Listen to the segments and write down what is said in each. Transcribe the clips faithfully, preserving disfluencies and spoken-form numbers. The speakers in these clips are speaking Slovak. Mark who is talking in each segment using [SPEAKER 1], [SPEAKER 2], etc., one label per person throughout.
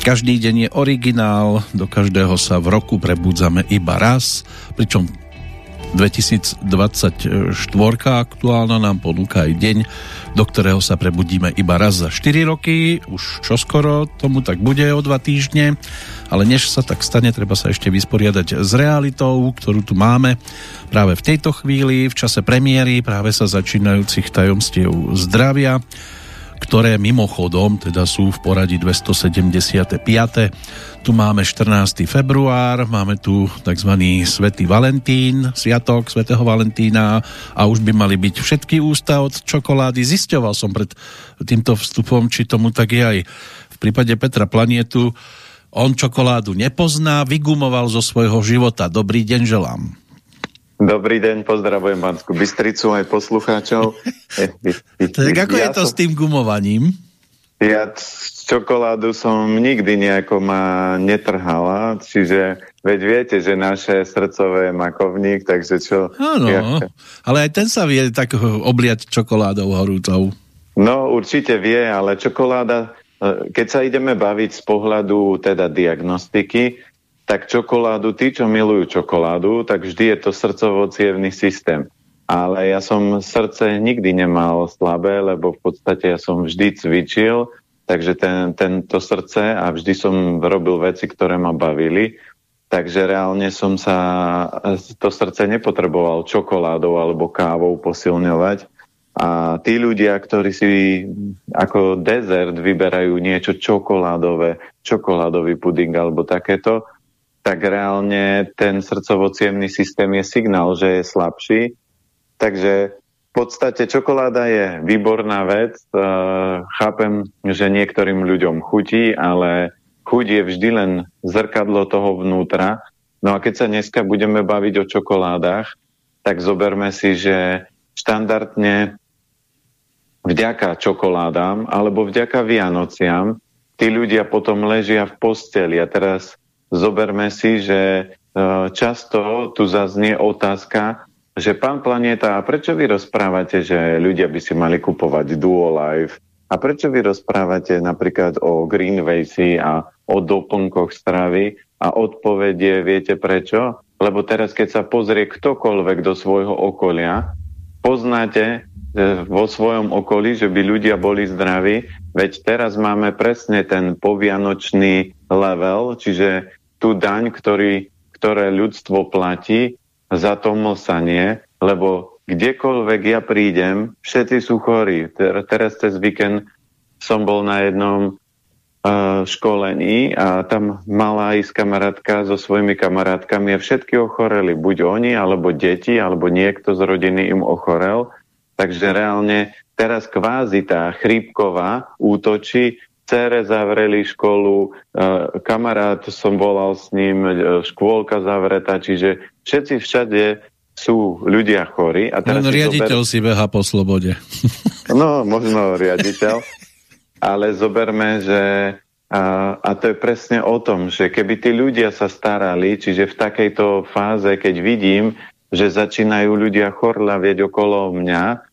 [SPEAKER 1] Každý deň je originál, do každého sa v roku prebudzame iba raz, pričom dvetisícdvadsaťštyri aktuálna nám ponúka aj deň, do ktorého sa prebudíme iba raz za štyri roky, už čoskoro tomu tak bude o dva týždne, ale než sa tak stane, treba sa ešte vysporiadať s realitou, ktorú tu máme práve v tejto chvíli, v čase premiéry práve sa začínajúcich tajomstiev zdravia, ktoré mimochodom teda sú v poradí dvestosedemdesiatpäť. Tu máme štrnásteho február, máme tu tzv. Svätý Valentín, sviatok svätého Valentína a už by mali byť všetky ústa od čokolády. Zisťoval som pred týmto vstupom, či tomu tak je aj v prípade Petra Planietu. On čokoládu nepozná, vygumoval zo svojho života. Dobrý deň želám.
[SPEAKER 2] Dobrý deň, pozdravujem Banskú Bystricu aj poslucháčov.
[SPEAKER 1] Tak ako ja je to som, s tým gumovaním?
[SPEAKER 2] Ja čokoládu som nikdy nejako ma netrhala, čiže veď viete, že naše srdcové je makovník, takže čo...
[SPEAKER 1] Áno, ja... ale aj ten sa vie tak obliať čokoládou horúcou.
[SPEAKER 2] No, určite vie, ale čokoláda, keď sa ideme baviť z pohľadu teda diagnostiky, tak čokoládu, tí, čo milujú čokoládu, tak vždy je to srdcovo-cievny systém. Ale ja som srdce nikdy nemal slabé, lebo v podstate ja som vždy cvičil, takže ten, tento srdce a vždy som robil veci, ktoré ma bavili. Takže reálne som sa to srdce nepotreboval čokoládou alebo kávou posilňovať. A tí ľudia, ktorí si ako dezert vyberajú niečo čokoládové, čokoládový puding alebo takéto, tak reálne ten srdcovo-cievny systém je signál, že je slabší. Takže v podstate čokoláda je výborná vec. E, chápem, že niektorým ľuďom chutí, ale chuť je vždy len zrkadlo toho vnútra. No a keď sa dneska budeme baviť o čokoládach, tak zoberme si, že štandardne vďaka čokoládám alebo vďaka Vianociam tí ľudia potom ležia v posteli. A teraz zoberme si, že často tu zaznie otázka, že pán Planieta, a prečo vy rozprávate, že ľudia by si mali kupovať Duolife? A prečo vy rozprávate napríklad o Greenwaysi a o doplnkoch stravy? A odpovedie, viete prečo? Lebo teraz, keď sa pozrie ktokoľvek do svojho okolia, poznáte vo svojom okolí, že by ľudia boli zdraví, veď teraz máme presne ten povianočný level, čiže tú daň, ktorý, ktoré ľudstvo platí za to mlsanie, lebo kdekoľvek ja prídem, všetci sú chorí. Teraz cez víkend som bol na jednom uh, školení a tam mala ísť kamarátka so svojimi kamarátkami a všetky ochoreli. Buď oni, alebo deti, alebo niekto z rodiny im ochorel. Takže reálne teraz kvázi tá chrípková útočí. Cére zavreli školu, kamarát som volal s ním, škôlka zavretá, čiže všetci všade sú ľudia chorí. A teraz
[SPEAKER 1] no,
[SPEAKER 2] si
[SPEAKER 1] riaditeľ zober... si beha po slobode.
[SPEAKER 2] No, možno riaditeľ, ale zoberme, že a, a to je presne o tom, že keby tí ľudia sa starali, čiže v takejto fáze, keď vidím, že začínajú ľudia chorlavieť okolo mňa,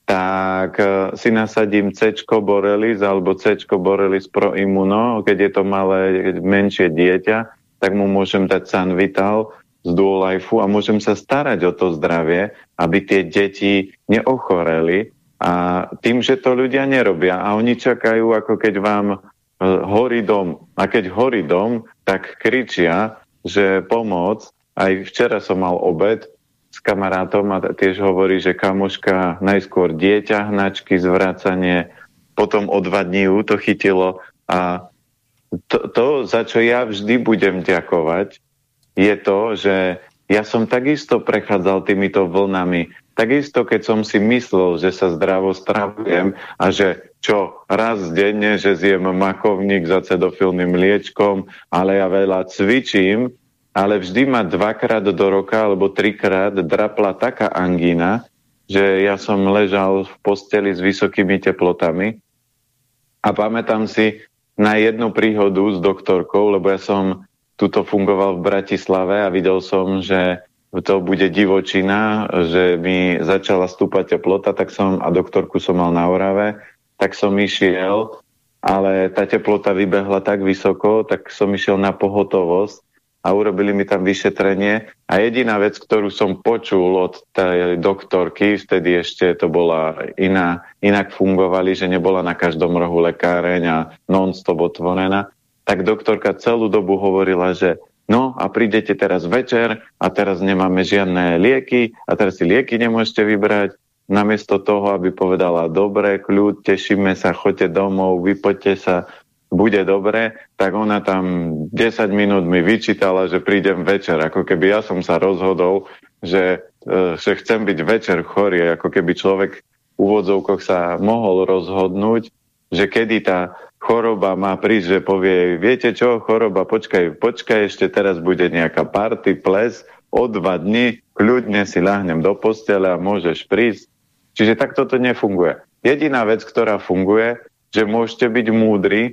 [SPEAKER 2] tak si nasadím C-čko Borelis alebo C-čko Borelis Pro Immuno, keď je to malé, menšie dieťa, tak mu môžem dať Sanvital z Duolifeu a môžem sa starať o to zdravie, aby tie deti neochoreli. A tým, že to ľudia nerobia a oni čakajú, ako keď vám horí dom. A keď horí dom, tak kričia, že pomoc. Aj včera som mal obed s kamarátom a tiež hovorí, že kamoška najskôr dieťa, hnačky, zvracanie, potom o dva dní ju to chytilo a to, to, za čo ja vždy budem ďakovať, je to, že ja som takisto prechádzal týmito vlnami. Takisto, keď som si myslel, že sa zdravo stravujem a že čo, raz denne, že zjem makovník za cedofilným mliečkom, ale ja veľa cvičím, ale vždy ma dvakrát do roka alebo trikrát drapla taká angína, že ja som ležal v posteli s vysokými teplotami a pamätám si na jednu príhodu s doktorkou, lebo ja som tuto fungoval v Bratislave a videl som, že to bude divočina, že mi začala stúpať teplota, tak som, a doktorku som mal na Orave, tak som išiel ale tá teplota vybehla tak vysoko, tak som išiel na pohotovosť a urobili mi tam vyšetrenie a jediná vec, ktorú som počul od tej doktorky, vtedy ešte to bola iná, inak fungovali, že nebola na každom rohu lekáreň a non-stop otvorená, tak doktorka celú dobu hovorila, že no a prídete teraz večer a teraz nemáme žiadne lieky a teraz si lieky nemôžete vybrať. Namiesto toho, aby povedala, dobre, kľud, tešíme sa, choďte domov, vypoďte sa, bude dobre, tak ona tam desať minút mi vyčítala, že prídem večer, ako keby ja som sa rozhodol, že, že chcem byť večer chorý, ako keby človek v úvodzovkoch sa mohol rozhodnúť, že kedy tá choroba má prísť, že povie, viete čo, choroba, počkaj, počkaj, ešte teraz bude nejaká party, ples, o dva dni, kľudne si ľahnem do postele a môžeš prísť. Čiže takto to nefunguje. Jediná vec, ktorá funguje, že môžete byť múdri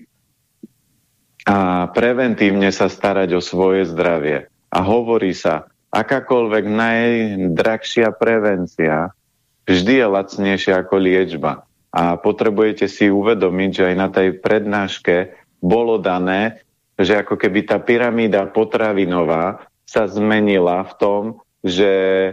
[SPEAKER 2] a preventívne sa starať o svoje zdravie. A hovorí sa, akákoľvek najdrahšia prevencia vždy je lacnejšia ako liečba. A potrebujete si uvedomiť, že aj na tej prednáške bolo dané, že ako keby tá pyramída potravinová sa zmenila v tom, že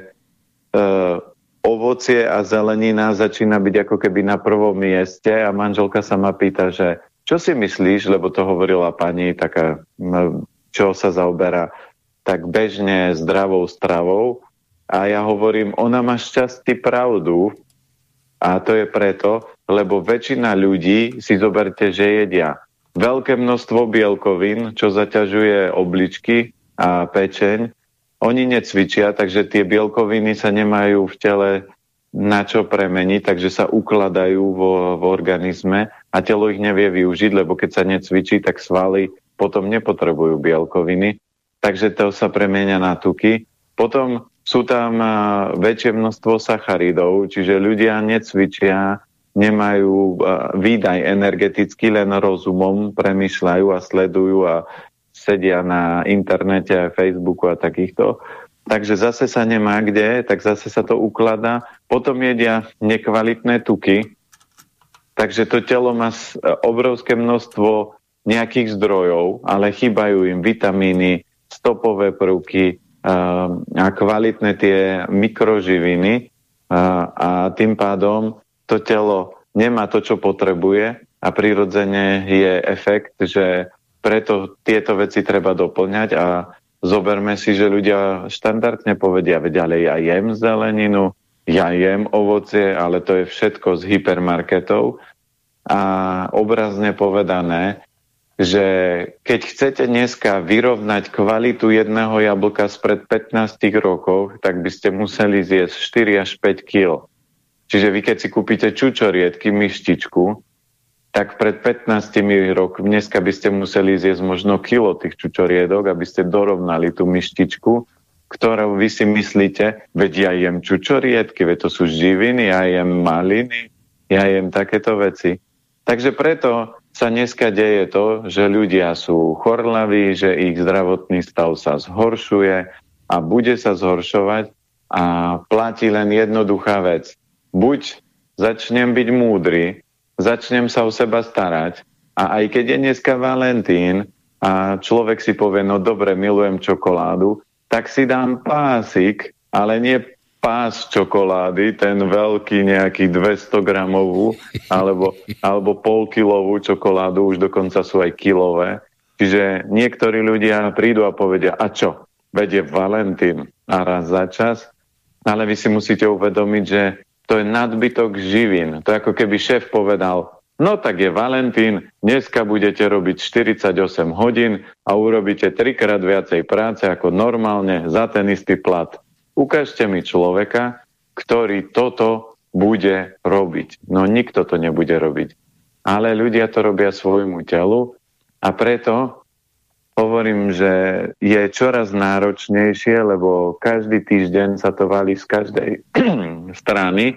[SPEAKER 2] e, ovocie a zelenina začína byť ako keby na prvom mieste a manželka sa ma pýta, že čo si myslíš, lebo to hovorila pani taká, čo sa zaoberá tak bežne zdravou stravou a ja hovorím, ona má šťastí pravdu a to je preto, lebo väčšina ľudí si zoberte, že jedia veľké množstvo bielkovín, čo zaťažuje obličky a pečeň. Oni necvičia, takže tie bielkoviny sa nemajú v tele na čo premeniť, takže sa ukladajú vo, v organizme a telo ich nevie využiť, lebo keď sa necvičí, tak svaly potom nepotrebujú bielkoviny, takže to sa premenia na tuky. Potom sú tam väčšie množstvo sacharidov, čiže ľudia necvičia, nemajú výdaj energetický, len rozumom premýšľajú a sledujú a sedia na internete a Facebooku a takýchto. Takže zase sa nemá kde, tak zase sa to ukladá. Potom jedia nekvalitné tuky, takže to telo má obrovské množstvo nejakých zdrojov, ale chýbajú im vitamíny, stopové prvky a kvalitné tie mikroživiny a tým pádom to telo nemá to, čo potrebuje a prirodzene je efekt, že preto tieto veci treba doplňať a zoberme si, že ľudia štandardne povedia, veď ale ja jem zeleninu, ja jem ovocie, ale to je všetko z hypermarketov a obrazne povedané, že keď chcete dneska vyrovnať kvalitu jedného jablka spred pätnásť rokov, tak by ste museli zjesť štyri až päť kíl. Čiže vy keď si kúpite čučoriedky, myštičku, tak pred pätnástimi rokmi dneska by ste museli zjesť možno kilo tých čučoriedok, aby ste dorovnali tú myštičku, ktorú vy si myslíte, veď ja jem čučoriedky, veď to sú živiny, ja jem maliny, ja jem takéto veci. Takže preto sa dneska deje to, že ľudia sú chorlaví, že ich zdravotný stav sa zhoršuje a bude sa zhoršovať a platí len jednoduchá vec. Buď začnem byť múdry, začnem sa o seba starať a aj keď je dneska Valentín a človek si povie, no dobre, milujem čokoládu, tak si dám pásik, ale nie pás čokolády, ten veľký nejaký dvesto gramovú alebo, alebo polkilovú čokoládu, už dokonca sú aj kilové. Čiže niektorí ľudia prídu a povedia, a čo? Veď je Valentín a raz za čas, ale vy si musíte uvedomiť, že to je nadbytok živín. To je ako keby šéf povedal, no tak je Valentín, dneska budete robiť štyridsaťosem hodín a urobíte trikrát viacej práce ako normálne za ten istý plat. Ukážte mi človeka, ktorý toto bude robiť. No nikto to nebude robiť. Ale ľudia to robia svojmu telu a preto hovorím, že je čoraz náročnejšie, lebo každý týždeň sa to valí z každej strany,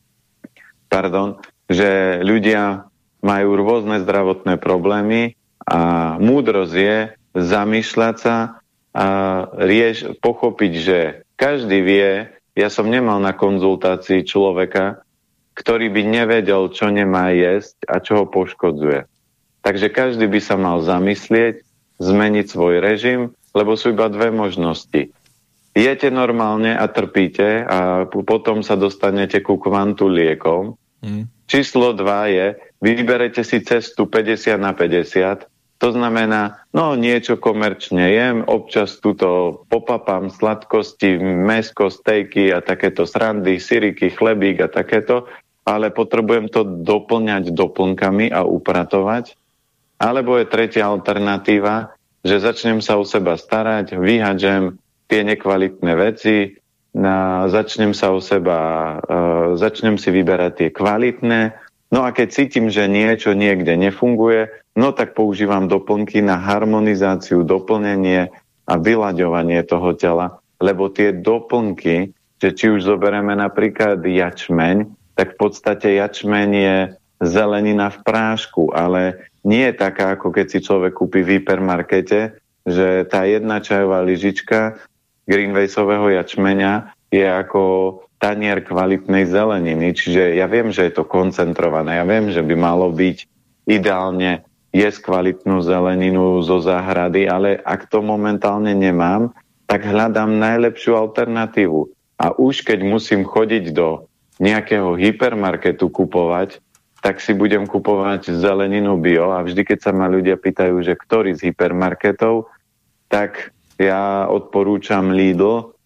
[SPEAKER 2] pardon, že ľudia majú rôzne zdravotné problémy a múdrosť je zamýšľať sa a rieš, pochopiť, že každý vie, ja som nemal na konzultácii človeka, ktorý by nevedel, čo nemá jesť a čo ho poškodzuje. Takže každý by sa mal zamyslieť, zmeniť svoj režim, lebo sú iba dve možnosti. Jete normálne a trpíte a potom sa dostanete ku kvantu liekom. Mm. Číslo dva je, vyberete si cestu päťdesiat na päťdesiat, to znamená, no niečo komerčne jem, občas tuto popapám sladkosti, mäsko, stejky a takéto srandy, syriky, chlebík a takéto, ale potrebujem to doplňať doplnkami a upratovať. Alebo je tretia alternatíva, že začnem sa o seba starať, vyhadžem tie nekvalitné veci, na, začnem sa o seba, uh, začnem si vyberať tie kvalitné, no a keď cítim, že niečo niekde nefunguje, no tak používam doplnky na harmonizáciu, doplnenie a vyľaďovanie toho tela, lebo tie doplnky, že či už zoberieme napríklad jačmeň, tak v podstate jačmeň je zelenina v prášku, ale nie je taká, ako keď si človek kúpi v hypermarkete, že tá jedna čajová lyžička greenwaysového jačmeňa je ako tanier kvalitnej zeleniny. Čiže ja viem, že je to koncentrované. Ja viem, že by malo byť ideálne jesť kvalitnú zeleninu zo záhrady, ale ak to momentálne nemám, tak hľadám najlepšiu alternatívu. A už keď musím chodiť do nejakého hypermarketu kupovať, tak si budem kupovať zeleninu bio a vždy, keď sa ma ľudia pýtajú, že ktorý z hypermarketov, tak ja odporúčam Lidl.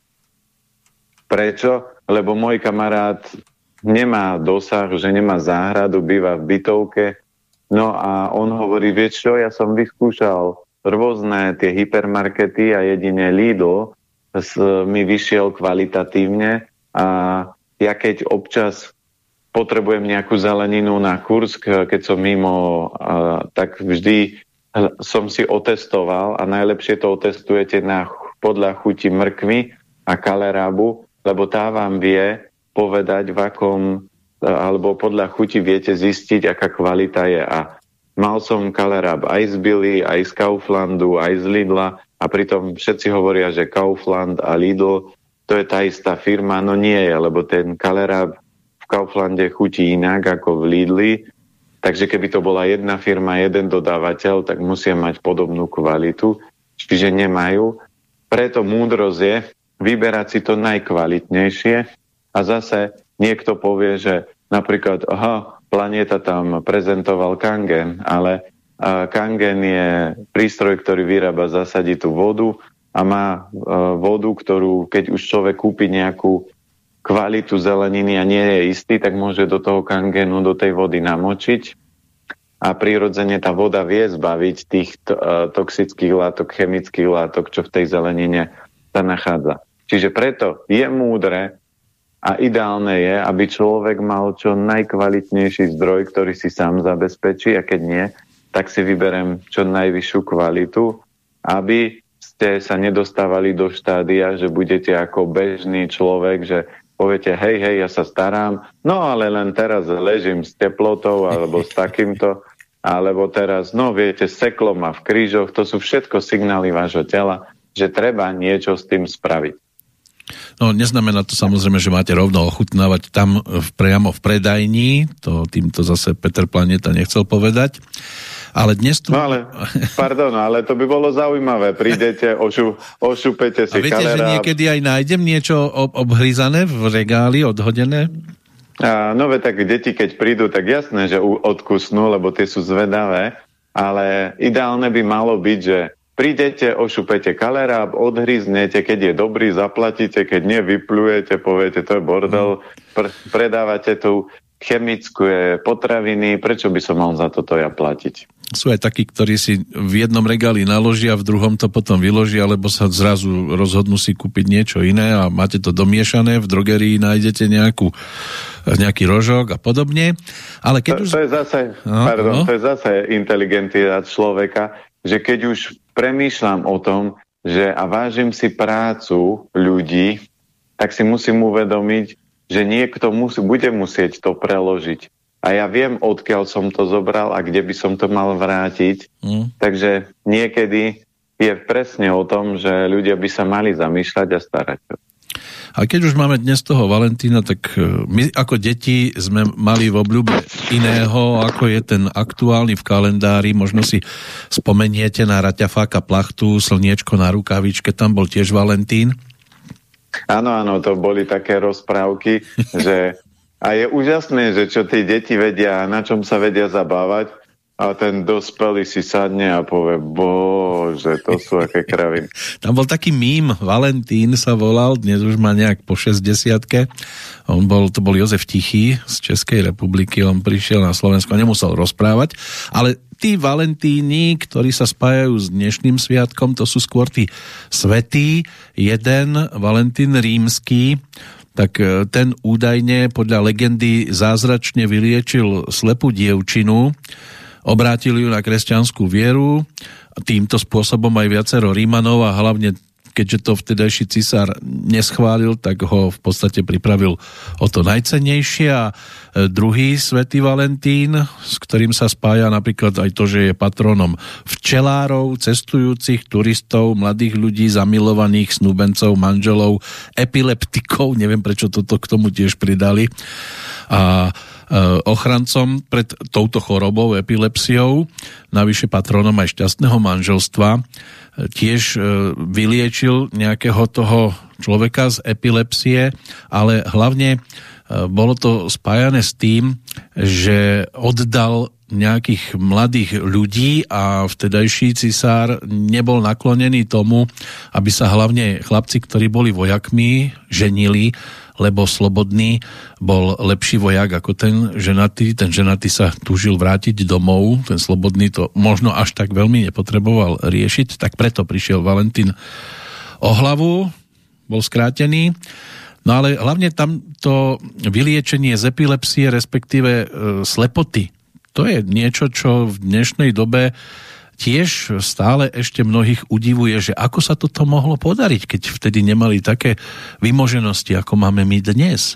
[SPEAKER 2] Prečo? Lebo môj kamarát nemá dosah, že nemá záhradu, býva v bytovke. No a on hovorí, vieš čo, ja som vyskúšal rôzne tie hypermarkety a jedine Lidl mi vyšiel kvalitatívne a ja keď občas potrebujem nejakú zeleninu na Kursk, keď som mimo, tak vždy som si otestoval a najlepšie to otestujete na, podľa chuti mrkvy a kalerábu, lebo tá vám vie povedať, v akom, alebo podľa chuti viete zistiť, aká kvalita je. A mal som kaleráb aj z Billy, aj z Kauflandu, aj z Lidla a pritom všetci hovoria, že Kaufland a Lidl to je tá istá firma, no nie je, lebo ten kaleráb v Kauflande chutí inak ako v Lidli. Takže keby to bola jedna firma, jeden dodávateľ, tak musia mať podobnú kvalitu, čiže nemajú. Preto múdrosť je vyberať si to najkvalitnejšie a zase niekto povie, že napríklad, aha, Planéta tam prezentoval Kangen, ale uh, Kangen je prístroj, ktorý vyrába zasaditú vodu a má uh, vodu, ktorú keď už človek kúpi nejakú kvalitu zeleniny a nie je istý, tak môže do toho kangenu, do tej vody namočiť a prirodzene tá voda vie zbaviť tých t- toxických látok, chemických látok, čo v tej zelenine sa nachádza. Čiže preto je múdre a ideálne je, aby človek mal čo najkvalitnejší zdroj, ktorý si sám zabezpečí a keď nie, tak si vyberem čo najvyššiu kvalitu, aby ste sa nedostávali do štádia, že budete ako bežný človek, že poviete, hej, hej, ja sa starám, no ale len teraz ležím s teplotou alebo s takýmto, alebo teraz, no viete, seklo ma v krížoch, to sú všetko signály vášho tela, že treba niečo s tým spraviť.
[SPEAKER 1] No neznamená to samozrejme, že máte rovno ochutnávať tam priamo v predajni, to týmto zase Peter Planéta nechcel povedať. Ale dnes tu... No
[SPEAKER 2] ale, pardon, ale to by bolo zaujímavé. Prídete, ošu, ošupete si
[SPEAKER 1] kaleráb. A viete,
[SPEAKER 2] kaleráb.
[SPEAKER 1] Že niekedy aj nájdem niečo ob- obhryzané v regáli, odhodené?
[SPEAKER 2] A, no ve, tak deti, keď prídu, tak jasné, že odkusnú, lebo tie sú zvedavé, ale ideálne by malo byť, že prídete, ošupete kaleráb, odhryznete, keď je dobrý, zaplatíte, keď nie, vyplujete, poviete, to je bordel, pr- predávate tu chemické potraviny, prečo by som mal za toto ja platiť?
[SPEAKER 1] Sú aj takí, ktorí si v jednom regáli naložia, v druhom to potom vyložia, alebo sa zrazu rozhodnú si kúpiť niečo iné a máte to domiešané, v drogerii nájdete nejakú, nejaký rožok a podobne. Ale keď
[SPEAKER 2] to,
[SPEAKER 1] už...
[SPEAKER 2] to, je zase, no, pardon, no. to je zase inteligencia človeka, že keď už premýšľam o tom, že a vážim si prácu ľudí, tak si musím uvedomiť, že niekto musí, bude musieť to preložiť. A ja viem, odkiaľ som to zobral a kde by som to mal vrátiť. Mm. Takže niekedy je presne o tom, že ľudia by sa mali zamýšľať a starať.
[SPEAKER 1] A keď už máme dnes toho Valentína, tak my ako deti sme mali v obľúbe iného, ako je ten aktuálny v kalendári. Možno si spomeniete na Raťafáka Plachtu, Slniečko na rukavičke, tam bol tiež Valentín.
[SPEAKER 2] Áno, áno, to boli také rozprávky, že a je úžasné, že čo tí deti vedia, na čom sa vedia zabávať, a ten dospelý si sadne a povie, bože, to sú aké kraviny.
[SPEAKER 1] Tam bol taký mím, Valentín sa volal, dnes už má nejak po šesťdesiatke. On bol, to bol Jozef Tichý z Českej republiky, on prišiel na Slovensko, nemusel rozprávať, ale tí Valentíni, ktorí sa spájajú s dnešným sviatkom, to sú skôr tí svätí. Jeden, Valentín Rímsky, tak ten údajne podľa legendy zázračne vyliečil slepú dievčinu, obrátil ju na kresťanskú vieru, týmto spôsobom aj viacero Rímanov a hlavne keďže to vtedajší cisár neschválil, tak ho v podstate pripravil o to najcennejšie. A druhý svätý Valentín, s ktorým sa spája napríklad aj to, že je patronom včelárov, cestujúcich, turistov, mladých ľudí, zamilovaných, snúbencov, manželov, epileptikov, neviem prečo toto k tomu tiež pridali, a ochrancom pred touto chorobou, epilepsiou, navyše patronom aj šťastného manželstva, tiež vyliečil nejakého toho človeka z epilepsie, ale hlavne bolo to spájané s tým, že oddal nejakých mladých ľudí a vtedajší cisár nebol naklonený tomu, aby sa hlavne chlapci, ktorí boli vojakmi, ženili, lebo slobodný bol lepší vojak ako ten ženatý. Ten ženatý sa túžil vrátiť domov, ten slobodný to možno až tak veľmi nepotreboval riešiť, tak preto prišiel Valentín o hlavu, bol skrátený. No ale hlavne tam to vyliečenie z epilepsie, respektíve e, slepoty, to je niečo, čo v dnešnej dobe tiež stále ešte mnohých udivuje, že ako sa toto mohlo podariť, keď vtedy nemali také vymoženosti, ako máme my dnes.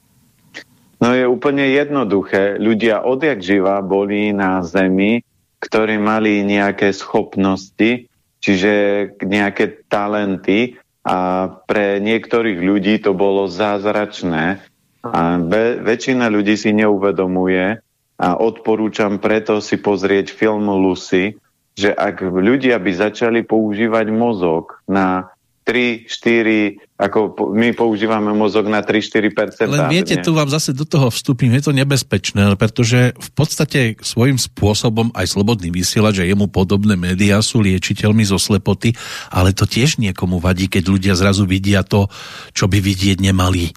[SPEAKER 2] No je úplne jednoduché. Ľudia odjak živa boli na zemi, ktorí mali nejaké schopnosti, čiže nejaké talenty a pre niektorých ľudí to bolo zázračné a be- väčšina ľudí si neuvedomuje a odporúčam preto si pozrieť film Lucy, že ak ľudia by začali používať mozog na tri štyri, ako my používame mozog na tri štyri percentá.
[SPEAKER 1] Len viete, tu vám zase do toho vstúpim, je to nebezpečné, pretože v podstate svojím spôsobom aj slobodný vysielač a jemu podobné médiá sú liečiteľmi zo slepoty, ale to tiež niekomu vadí, keď ľudia zrazu vidia to, čo by vidieť nemali.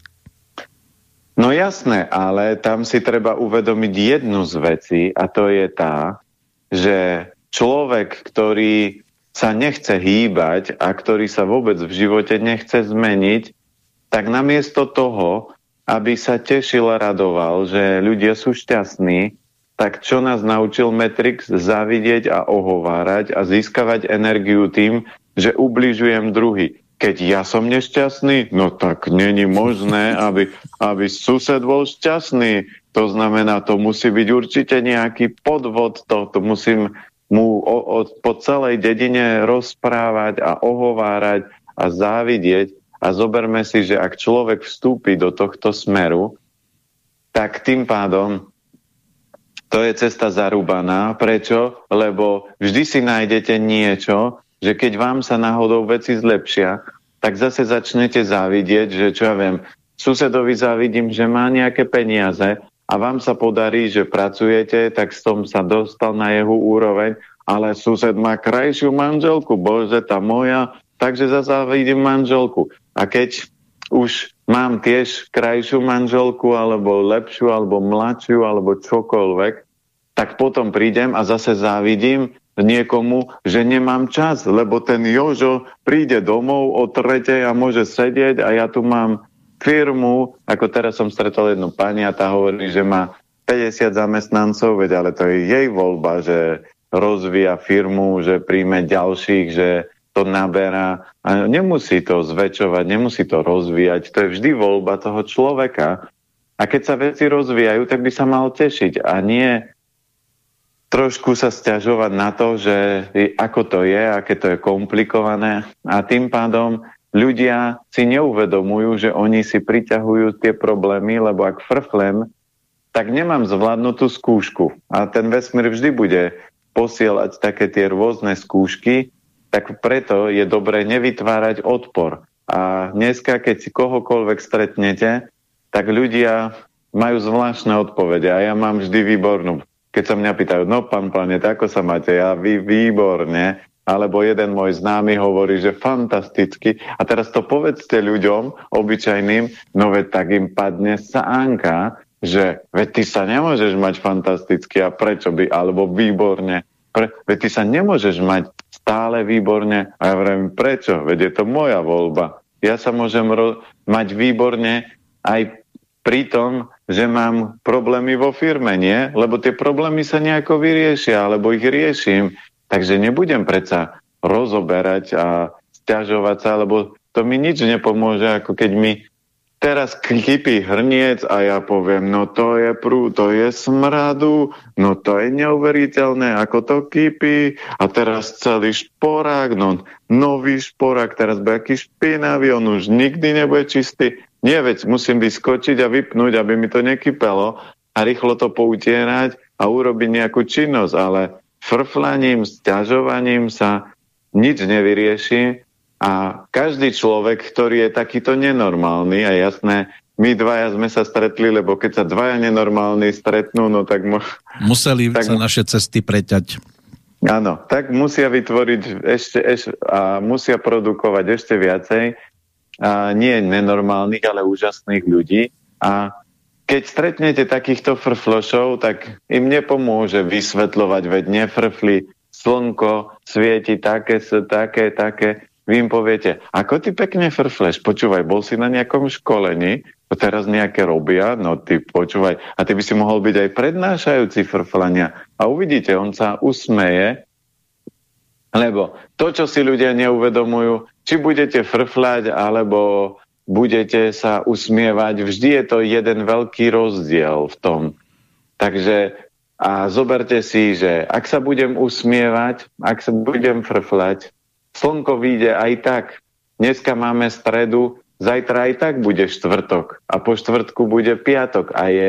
[SPEAKER 2] No jasné, ale tam si treba uvedomiť jednu z vecí a to je tá, že človek, ktorý sa nechce hýbať a ktorý sa vôbec v živote nechce zmeniť, tak namiesto toho, aby sa tešil a radoval, že ľudia sú šťastní, tak čo nás naučil Matrix? Závidieť a ohovárať a získavať energiu tým, že ubližujem druhý. Keď ja som nešťastný, no tak není možné, aby, aby sused bol šťastný. To znamená, to musí byť určite nejaký podvod, to, to musím mu o, o, po celej dedine rozprávať a ohovárať a závidieť. A zoberme si, že ak človek vstúpi do tohto smeru, tak tým pádom to je cesta zarúbaná. Prečo? Lebo vždy si nájdete niečo, že keď vám sa náhodou veci zlepšia, tak zase začnete závidieť, že čo ja viem, susedovi závidím, že má nejaké peniaze a vám sa podarí, že pracujete, tak som sa dostal na jeho úroveň, ale sused má krajšiu manželku, bože, tá moja, takže zazávidím manželku. A keď už mám tiež krajšiu manželku, alebo lepšiu, alebo mladšiu, alebo čokoľvek, tak potom prídem a zase závidím niekomu, že nemám čas, lebo ten Jožo príde domov o tretej a môže sedieť a ja tu mám firmu, ako teraz som stretol jednu pani a tá hovorí, že má päťdesiat zamestnancov, veď ale to je jej voľba, že rozvíja firmu, že príjme ďalších, že to naberá a nemusí to zväčšovať, nemusí to rozvíjať, to je vždy voľba toho človeka a keď sa veci rozvíjajú, tak by sa mal tešiť a nie trošku sa sťažovať na to, že ako to je, aké to je komplikované a tým pádom ľudia si neuvedomujú, že oni si priťahujú tie problémy, lebo ak frflem, tak nemám zvládnutú skúšku. A ten vesmír vždy bude posielať také tie rôzne skúšky, tak preto je dobré nevytvárať odpor. A dneska, keď si kohokoľvek stretnete, tak ľudia majú zvláštne odpovede a ja mám vždy výbornú. Keď sa mňa pýtajú, no pán Planet, ako sa máte? Ja vy, výborne. Alebo jeden môj známy hovorí, že fantasticky. A teraz to povedzte ľuďom, obyčajným, no veď tak im padne sánka, že veď ty sa nemôžeš mať fantasticky a prečo by, alebo výborne. Pre, veď ty sa nemôžeš mať stále výborne a ja vravím, prečo? Veď je to moja voľba. Ja sa môžem ro- mať výborne aj pri tom, že mám problémy vo firme, nie? Lebo tie problémy sa nejako vyriešia, alebo ich riešim. Takže nebudem predsa rozoberať a sťažovať sa, lebo to mi nič nepomôže, ako keď mi teraz kypí hrniec a ja poviem, no to je prú, to je smradu, no to je neuveriteľné, ako to kypí a teraz celý šporák, no nový šporák, teraz bude aký špinavý, on už nikdy nebude čistý. Nie, veď musím vyskočiť a vypnúť, aby mi to nekypelo a rýchlo to poutierať a urobiť nejakú činnosť, ale frflaním, sťažovaním sa nič nevyrieši. A každý človek, ktorý je takýto nenormálny, a jasné, my dvaja sme sa stretli, lebo keď sa dvaja nenormálni stretnú, no tak... Mo-
[SPEAKER 1] Museli
[SPEAKER 2] tak,
[SPEAKER 1] sa naše cesty preťať.
[SPEAKER 2] Áno, tak musia vytvoriť ešte, ešte a musia produkovať ešte viacej, a nie nenormálnych, ale úžasných ľudí. A keď stretnete takýchto frflošov, tak im nepomôže vysvetľovať, veď nefrfli, slnko svieti také, také, také... Vy im poviete, ako ty pekne frfleš, počúvaj, bol si na nejakom školení, to teraz nejaké robia, no ty počúvaj, a ty by si mohol byť aj prednášajúci frflania. A uvidíte, on sa usmeje, lebo to, čo si ľudia neuvedomujú, či budete frflať, alebo budete sa usmievať, vždy je to jeden veľký rozdiel v tom. Takže a zoberte si, že ak sa budem usmievať, ak sa budem frflať, slnko vyjde aj tak. Dneska máme stredu, zajtra aj tak bude štvrtok a po štvrtku bude piatok a je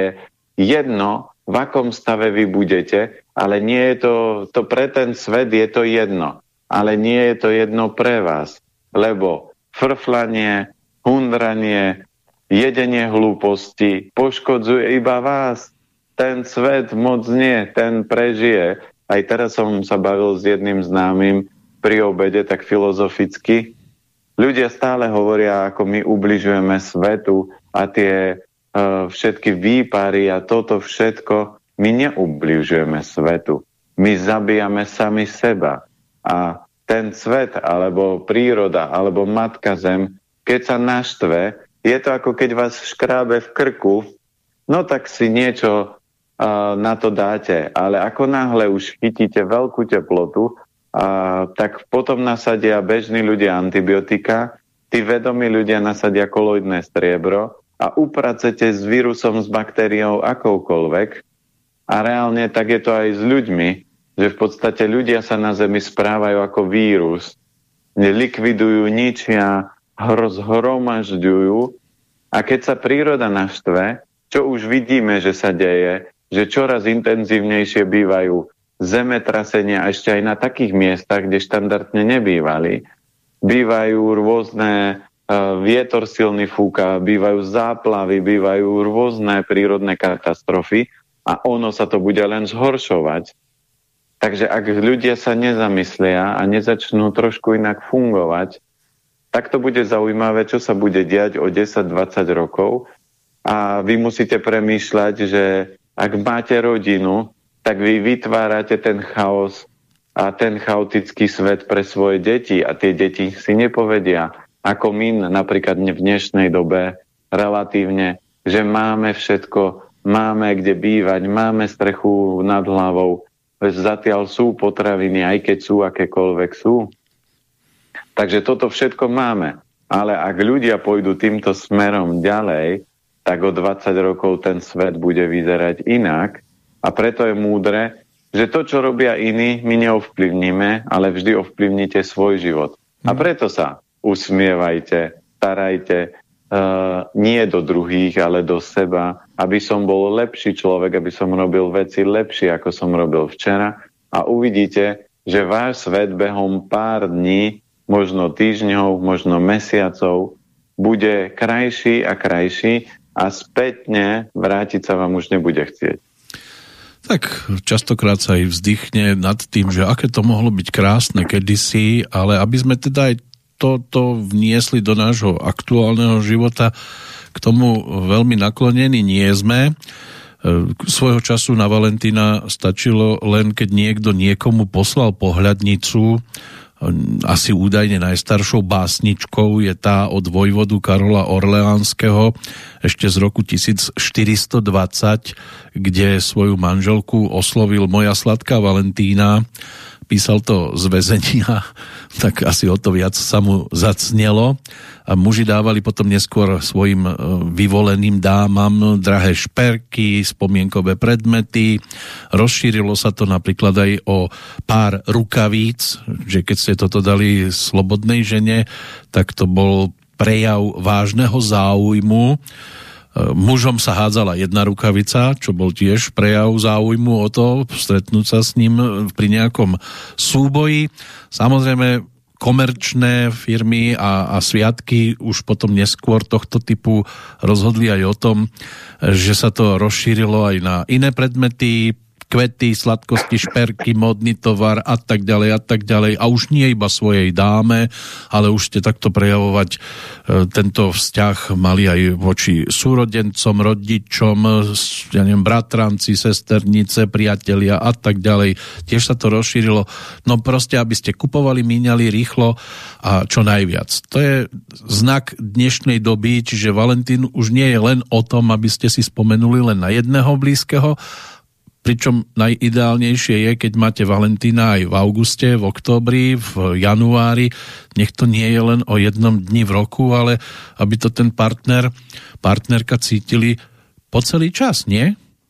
[SPEAKER 2] jedno, v akom stave vy budete, ale nie je to, to pre ten svet je to jedno, ale nie je to jedno pre vás, lebo frflanie, hundranie, jedenie hlúposti poškodzuje iba vás. Ten svet moc nie, ten prežije. Aj teraz som sa bavil s jedným známym pri obede, tak filozoficky. Ľudia stále hovoria, ako my ubližujeme svetu a tie uh, všetky výpary a toto všetko. My neubližujeme svetu. My zabíjame sami seba. A ten svet, alebo príroda, alebo matka zem, keď sa naštve, je to ako keď vás škrábe v krku, no tak si niečo uh, na to dáte. Ale ako náhle už chytíte veľkú teplotu, a tak potom nasadia bežní ľudia antibiotika, tí vedomí ľudia nasadia koloidné striebro a upracete s vírusom, s baktériou akoukoľvek. A reálne tak je to aj s ľuďmi, že v podstate ľudia sa na Zemi správajú ako vírus. Likvidujú, ničia, zhromažďujú. A keď sa príroda naštve, čo už vidíme, že sa deje, že čoraz intenzívnejšie bývajú zemetrasenia ešte aj na takých miestach, kde štandardne nebývali. Bývajú rôzne, uh, vietor silný fúka, bývajú záplavy, bývajú rôzne prírodné katastrofy a ono sa to bude len zhoršovať. Takže ak ľudia sa nezamyslia a nezačnú trošku inak fungovať, tak to bude zaujímavé, čo sa bude diať o desať dvadsať rokov a vy musíte premýšľať, že ak máte rodinu, tak vy vytvárate ten chaos a ten chaotický svet pre svoje deti a tie deti si nepovedia, ako my napríklad v dnešnej dobe relatívne, že máme všetko, máme kde bývať, máme strechu nad hlavou, zatiaľ sú potraviny, aj keď sú akékoľvek sú. Takže toto všetko máme. Ale ak ľudia pôjdu týmto smerom ďalej, tak o dvadsať rokov ten svet bude vyzerať inak. A preto je múdre, že to, čo robia iní, my neovplyvníme, ale vždy ovplyvnite svoj život. A preto sa usmievajte, starajte uh, nie do druhých, ale do seba, aby som bol lepší človek, aby som robil veci lepšie, ako som robil včera a uvidíte, že váš svet behom pár dní, možno týždňov, možno mesiacov bude krajší a krajší a spätne vrátiť sa vám už nebude chcieť.
[SPEAKER 1] Tak častokrát sa aj vzdychne nad tým, že aké to mohlo byť krásne kedysi, ale aby sme teda aj toto vniesli do nášho aktuálneho života, k tomu veľmi naklonení nie sme. Svojho času na Valentína stačilo len, keď niekto niekomu poslal pohľadnicu. Asi údajne najstaršou básničkou je tá od vojvodu Karola Orleánskeho ešte z roku tisícštyristodvadsať, kde svoju manželku oslovil moja sladká Valentína. Písal to z väzenia, tak asi o to viac sa mu zacnelo. A muži dávali potom neskôr svojim vyvoleným dámam drahé šperky, spomienkové predmety. Rozšírilo sa to napríklad aj o pár rukavíc, že keď ste toto dali slobodnej žene, tak to bol prejav vážneho záujmu. Mužom sa hádzala jedna rukavica, čo bol tiež prejav záujmu o to, stretnúť sa s ním pri nejakom súboji. Samozrejme, komerčné firmy a, a sviatky už potom neskôr tohto typu rozhodli aj o tom, že sa to rozšírilo aj na iné predmety, kvety, sladkosti, šperky, modný tovar a tak ďalej a tak ďalej. A už nie iba svojej dáme, ale už ste takto prejavovať e, tento vzťah mali aj voči súrodencom, rodičom, ja neviem, bratranci, sesternice, priatelia a tak ďalej. Tiež sa to rozšírilo. No proste, aby ste kupovali, míňali rýchlo a čo najviac. To je znak dnešnej doby, čiže Valentín už nie je len o tom, aby ste si spomenuli len na jedného blízkeho, pričom najideálnejšie je, keď máte Valentína aj v auguste, v októbri, v januári. Nech to nie je len o jednom dni v roku, ale aby to ten partner, partnerka cítili po celý čas, nie?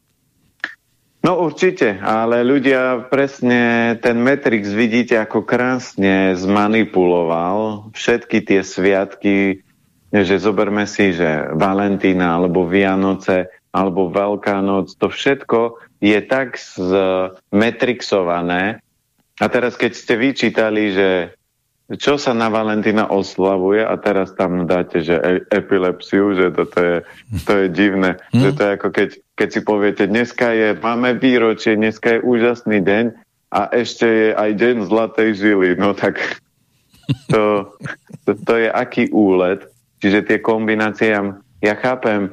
[SPEAKER 2] No určite, ale ľudia presne ten Matrix vidíte, ako krásne zmanipuloval všetky tie sviatky, že zoberme si, že Valentína, alebo Vianoce, alebo Veľká noc, to všetko je tak zmetrixované. A teraz, keď ste vyčítali, že čo sa na Valentína oslavuje a teraz tam dáte, že epilepsiu, že toto je, to je divné. Mm. Že to je ako keď, keď si poviete, dneska je, máme výročie, dneska je úžasný deň a ešte je aj deň zlatej žily. No tak to, to, to je aký úlet. Čiže tie kombinácie, ja chápem,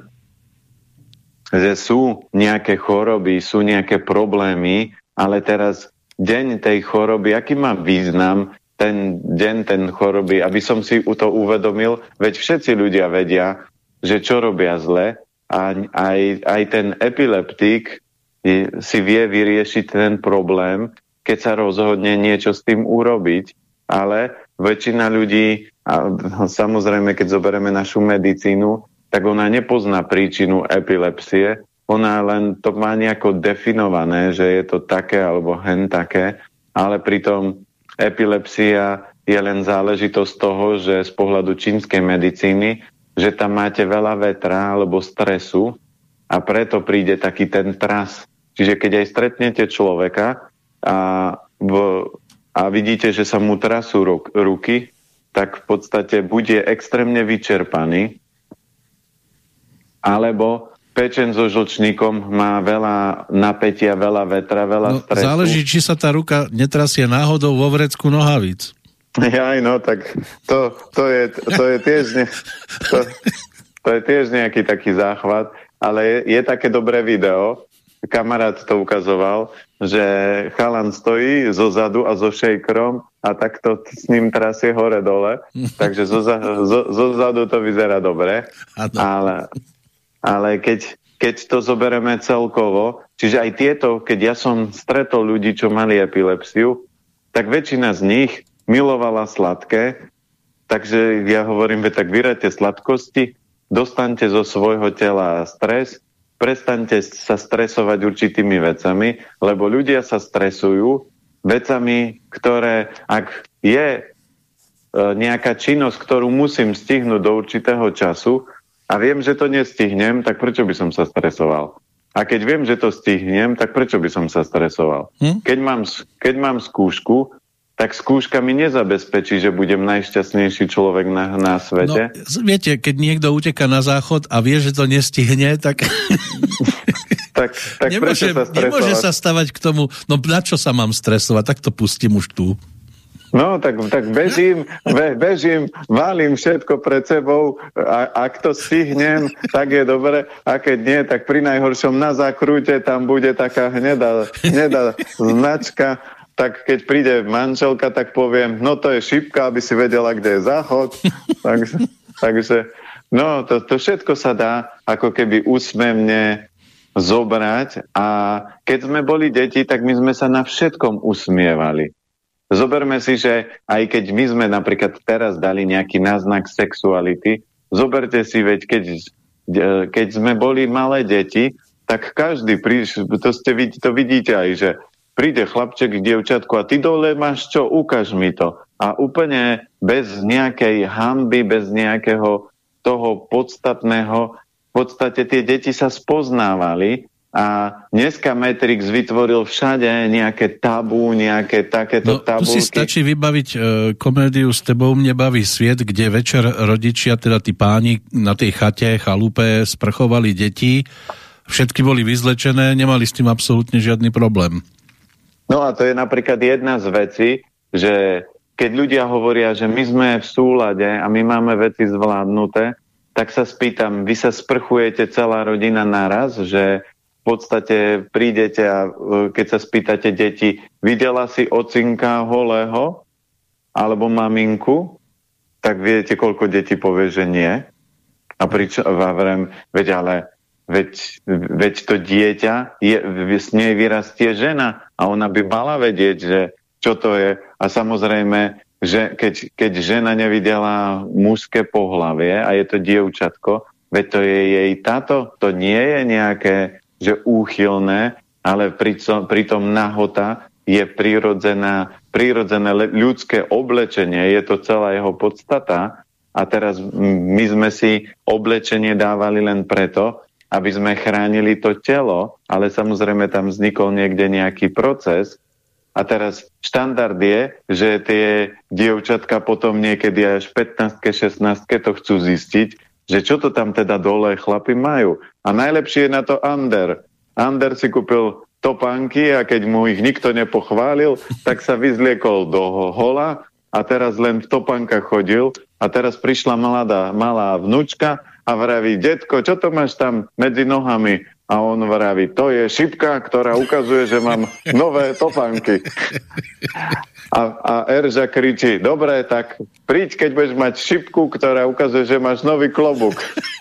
[SPEAKER 2] že sú nejaké choroby, sú nejaké problémy, ale teraz deň tej choroby, aký má význam ten deň ten choroby, aby som si to uvedomil, veď všetci ľudia vedia, že čo robia zle a aj, aj ten epileptik si vie vyriešiť ten problém, keď sa rozhodne niečo s tým urobiť, ale väčšina ľudí, a samozrejme, keď zoberieme našu medicínu, tak ona nepozná príčinu epilepsie, ona len to má nejako definované, že je to také alebo hen také, ale pritom epilepsia je len záležitosť toho, že z pohľadu čínskej medicíny, že tam máte veľa vetra alebo stresu a preto príde taký ten tras. Čiže keď aj stretnete človeka a, v, a vidíte, že sa mu trasú ruk, ruky, tak v podstate bude extrémne vyčerpaný, alebo pečen so žlčníkom má veľa napätia, veľa vetra, veľa no, stresu. Záleží,
[SPEAKER 1] či sa tá ruka netrasie náhodou vo vrecku nohavíc.
[SPEAKER 2] Jaj, no tak to, to, je, to, je tiež ne, to, to je tiež nejaký taký záchvat, ale je, je také dobré video, kamarát to ukazoval, že chalan stojí zo zadu a so šejkrom a takto s ním trasie hore-dole, takže zo, zo, zo zadu to vyzerá dobre, ale... Ale keď, keď to zoberieme celkovo, čiže aj tieto, keď ja som stretol ľudí, čo mali epilepsiu, tak väčšina z nich milovala sladké, takže ja hovorím, že tak vyrajte sladkosti, dostaňte zo svojho tela stres, prestaňte sa stresovať určitými vecami, lebo ľudia sa stresujú vecami, ktoré, ak je nejaká činnosť, ktorú musím stihnúť do určitého času a viem, že to nestihnem, tak prečo by som sa stresoval? A keď viem, že to stihnem, tak prečo by som sa stresoval? Hm? Keď mám, keď mám skúšku, tak skúška mi nezabezpečí, že budem najšťastnejší človek na, na svete.
[SPEAKER 1] No, viete, keď niekto uteká na záchod a vie, že to nestihne, tak...
[SPEAKER 2] tak, tak
[SPEAKER 1] nemôže,
[SPEAKER 2] prečo sa stresovať?
[SPEAKER 1] Nemôže sa stavať k tomu, no na čo sa mám stresovať, tak to pustím už tu.
[SPEAKER 2] No, tak, tak bežím, be, bežím, valím všetko pred sebou a ak to stihnem, tak je dobre, a keď nie, tak pri najhoršom na zákrute tam bude taká hnedá, hnedá značka, tak keď príde manželka, tak poviem, no to je šipka, aby si vedela, kde je záchod. takže, takže, no, to, to všetko sa dá ako keby úsmevne zobrať a keď sme boli deti, tak my sme sa na všetkom usmievali. Zoberme si, že aj keď my sme napríklad teraz dali nejaký náznak sexuality, zoberte si, veď keď, keď sme boli malé deti, tak každý, príš, to, ste, to vidíte aj, že príde chlapček k dievčatku a ty dole máš čo, ukáž mi to. A úplne bez nejakej hanby, bez nejakého toho podstatného, v podstate tie deti sa spoznávali. A dneska Matrix vytvoril všade nejaké tabu, nejaké takéto
[SPEAKER 1] no,
[SPEAKER 2] tabulky.
[SPEAKER 1] Tu si stačí vybaviť e, komédiu S tebou mne baví sviet, kde večer rodičia, teda tí páni na tej chate, chalupe, sprchovali deti. Všetky boli vyzlečené, nemali s tým absolútne žiadny problém.
[SPEAKER 2] No a to je napríklad jedna z vecí, že keď ľudia hovoria, že my sme v súlade a my máme veci zvládnuté, tak sa spýtam, vy sa sprchujete celá rodina naraz, že v podstate prídete a keď sa spýtate deti, videla si ocinka holého alebo maminku, tak viete, koľko detí povie, že nie. A pričo, vavrem, veď ale veď, veď to dieťa je, s nej vyrastie žena a ona by mala vedieť, že čo to je. A samozrejme, že keď, keď žena nevidela mužské pohlavie a je to dievčatko, veď to je jej táto, to nie je nejaké že úchylné, ale pritom, pritom nahota je prirodzená, prirodzené ľudské oblečenie, je to celá jeho podstata a teraz my sme si oblečenie dávali len preto, aby sme chránili to telo, ale samozrejme tam vznikol niekde nejaký proces a teraz štandard je, že tie dievčatka potom niekedy až pätnástke, šestnástke to chcú zistiť, že čo to tam teda dole chlapi majú. A najlepšie je na to Ander. Ander si kúpil topánky a keď mu ich nikto nepochválil, tak sa vyzliekol do hola a teraz len v topánkach chodil a teraz prišla mladá, malá vnúčka a vraví, detko, čo to máš tam medzi nohami? A on vraví, to je šipka, ktorá ukazuje, že mám nové topánky. A, a Erža kričí, dobre, tak príď, keď budeš mať šipku, ktorá ukazuje, že máš nový klobúk.